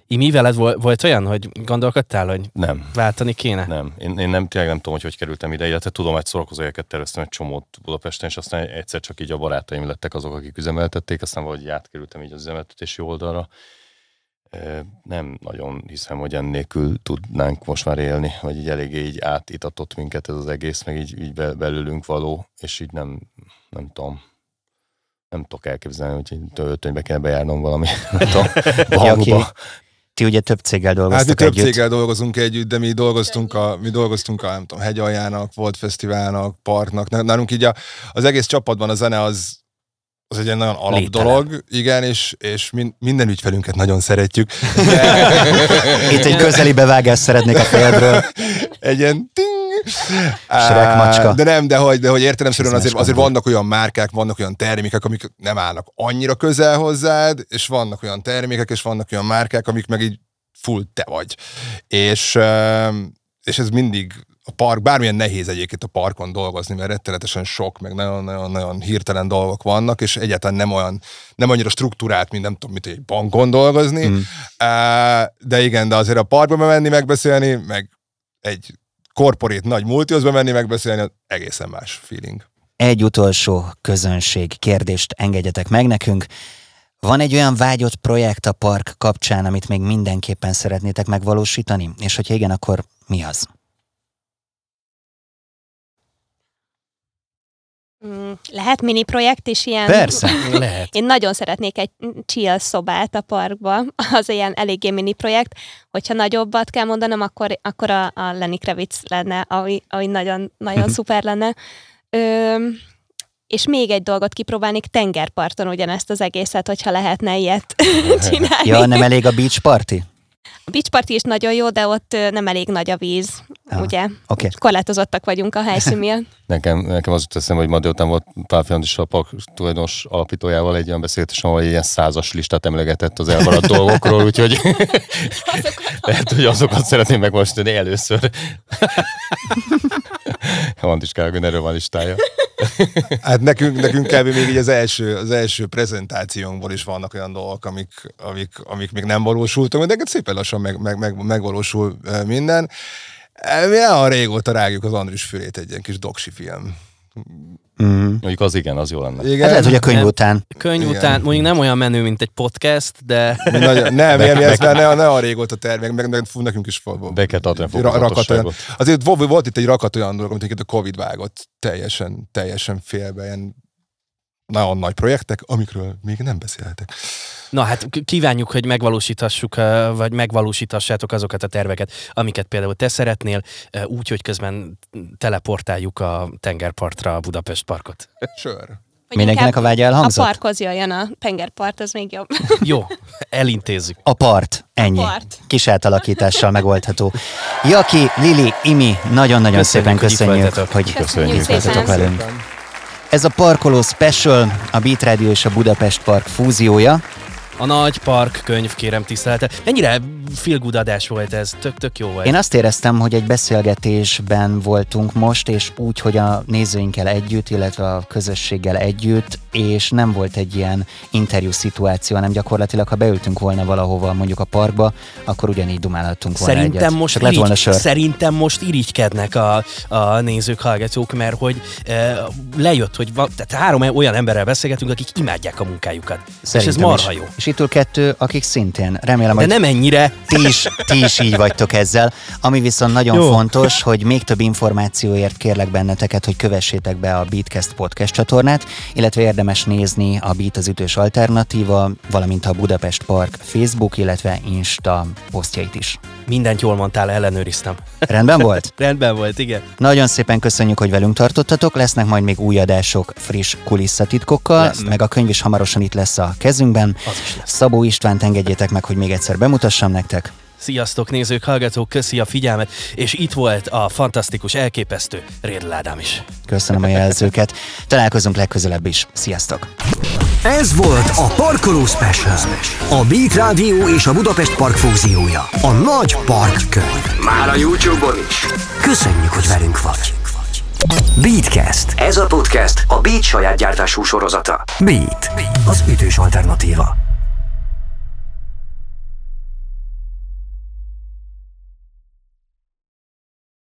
Imi, veled volt, volt olyan, hogy gondolkodtál, hogy nem. váltani kéne? Nem. Én, én nem, tényleg nem tudom, hogy hogy kerültem ide, illetve tudom, hogy szórakozóhelyeket terveztem egy csomót Budapesten, és aztán egyszer csak így a barátaim lettek azok, akik üzemeltették, aztán valahogy átkerültem így az üzemeltetési oldalra. Nem nagyon hiszem, hogy ennélkül tudnánk most már élni, vagy így eléggé így átitatott minket ez az egész, meg így, így belőlünk való, és így nem, nem tudom. Nem tudok elképzelni, hogy öltönybe kell bejárnom valami, nem tudom, valóba. Ti ugye több céggel dolgoztak együtt? Hát mi több együtt. céggel dolgozunk együtt, de mi dolgoztunk a, mi dolgoztunk a nem tudom, Hegyaljának, Volt Fesztiválnak, Parknak. Nálunk így a, az egész csapatban a zene az, az egy nagyon alap Lételen. dolog, igen, és, és min, minden ügyfelünket nagyon szeretjük. Itt egy közeli bevágást szeretnék a fejedről. Egy ilyen ting! Shrek macska. De nem, de hogy, de hogy értelemszerűen azért, azért vannak olyan márkák, vannak olyan termékek, amik nem állnak annyira közel hozzád, és vannak olyan termékek, és vannak olyan márkák, amik meg így full te vagy. És, és ez mindig a park, bármilyen nehéz egyébként a parkon dolgozni, mert rettenetesen sok, meg nagyon-nagyon hirtelen dolgok vannak, és egyáltalán nem olyan, nem annyira struktúrált, mint nem tudom, mint egy bankon dolgozni. Mm. De igen, de azért a parkba bemenni, megbeszélni, meg egy korporét nagy multihoz bemenni, megbeszélni, egészen más feeling. Egy utolsó közönség kérdést engedjetek meg nekünk. Van egy olyan vágyott projekt a park kapcsán, amit még mindenképpen szeretnétek megvalósítani? És hogyha igen, akkor mi az? Lehet mini projekt is ilyen? Persze. Lehet. Én nagyon szeretnék egy chill szobát a parkba, az ilyen eléggé mini projekt. Hogyha nagyobbat kell mondanom, akkor, akkor a, a Lenny Kravitz lenne, ami, ami nagyon, nagyon szuper lenne. Ö, és még egy dolgot kipróbálnék, tengerparton ugyanezt az egészet, hogyha lehetne ilyet csinálni. Ja, nem elég a beach party? A beach party is nagyon jó, de ott nem elég nagy a víz, ah, ugye? Okay. Korlátozottak vagyunk a helyszín miatt. Nekem, nekem az jut eszembe, hogy ma délután volt Pál Fernandes a park tulajdonos alapítójával egy olyan beszélgetés, ahol egy ilyen százas listát emlegetett az elmaradt dolgokról, úgyhogy lehet, hogy azokat szeretném megvalósítani először. Antis Kálgön erről van listája. Hát nekünk, nekünk kb. Még így az első, az első prezentációnkból is vannak olyan dolgok, amik, amik, amik még nem valósultak, de szépen lassan meg, meg, meg, megvalósul minden. Mi olyan régóta rágjuk az Andris fülét egy ilyen kis doksi film. Mm. Mondjuk az igen, az jó lenne. Igen. Hát lehet, hogy a könyv Nem. után. Könyv Igen. után, mondjuk nem olyan menő, mint egy podcast, de... Nagyon, nem, mi ez már ne, ne a régóta termék, meg, meg fú, nekünk is Be kell tartani a ra, rakat olyan. fokozatosságot. Azért volt, volt itt egy rakat olyan dolog, amit a Covid vágott teljesen, teljesen félbe, ilyen nagyon nagy projektek, amikről még nem beszéltek. Na hát kívánjuk, hogy megvalósíthassuk, vagy megvalósíthassátok azokat a terveket, amiket például te szeretnél, úgy, hogy közben teleportáljuk a tengerpartra a Budapest parkot. Sure. Vagy Mindenkinek a vágya elhangzott? A parkhoz jöjjön a tengerpart, az még jobb. Jó, elintézzük. A part, ennyi. A part. Kis átalakítással megoldható. Jaki, Lili, Imi, nagyon-nagyon szépen hogy itt köszönjük, voltatok. hogy Köszönjük itt voltatok szépen. velünk. Ez a Parkoló Special, a Beat Radio és a Budapest Park fúziója. A nagy park könyv, kérem tisztelete. Mennyire feel good adás volt ez? Tök-tök jó volt. Én azt éreztem, hogy egy beszélgetésben voltunk most, és úgy, hogy a nézőinkkel együtt, illetve a közösséggel együtt, és nem volt egy ilyen interjú szituáció, hanem gyakorlatilag, ha beültünk volna valahova, mondjuk a parkba, akkor ugyanígy dumálhattunk volna Szerintem egyet. most, Csak lett volna irigy, sör. szerintem most irigykednek a, a nézők, hallgatók, mert hogy e, lejött, hogy va, tehát három olyan emberrel beszélgetünk, akik imádják a munkájukat. Szerintem és ez marha is. jó. És itt ül kettő, akik szintén. Remélem, De hogy nem ennyire. ti is, ti is így vagytok ezzel. Ami viszont nagyon Jó. fontos, hogy még több információért kérlek benneteket, hogy kövessétek be a Beatcast podcast csatornát, illetve érdemes nézni a Beat az ütős alternatíva, valamint a Budapest Park Facebook, illetve Insta posztjait is. Mindent jól mondtál, ellenőriztem. Rendben volt? Rendben volt, igen. Nagyon szépen köszönjük, hogy velünk tartottatok, lesznek majd még új adások friss kulisszatitkokkal, Lesznek. meg a könyv is hamarosan itt lesz a kezünkben. Az is lesz. Szabó Istvánt engedjétek meg, hogy még egyszer bemutassam nektek. Sziasztok nézők, hallgatók, köszi a figyelmet, és itt volt a fantasztikus, elképesztő Rédl Ádám is. Köszönöm a jelzőket. Találkozunk legközelebb is. Sziasztok! Ez volt a Parkoló Special. A Beat Radio és a Budapest Park fúziója. A nagy parkkönyv. Már a YouTube-on is. Köszönjük, hogy velünk vagy. Beatcast. Ez a podcast a Beat saját gyártású sorozata. Beat, az ütős alternatíva.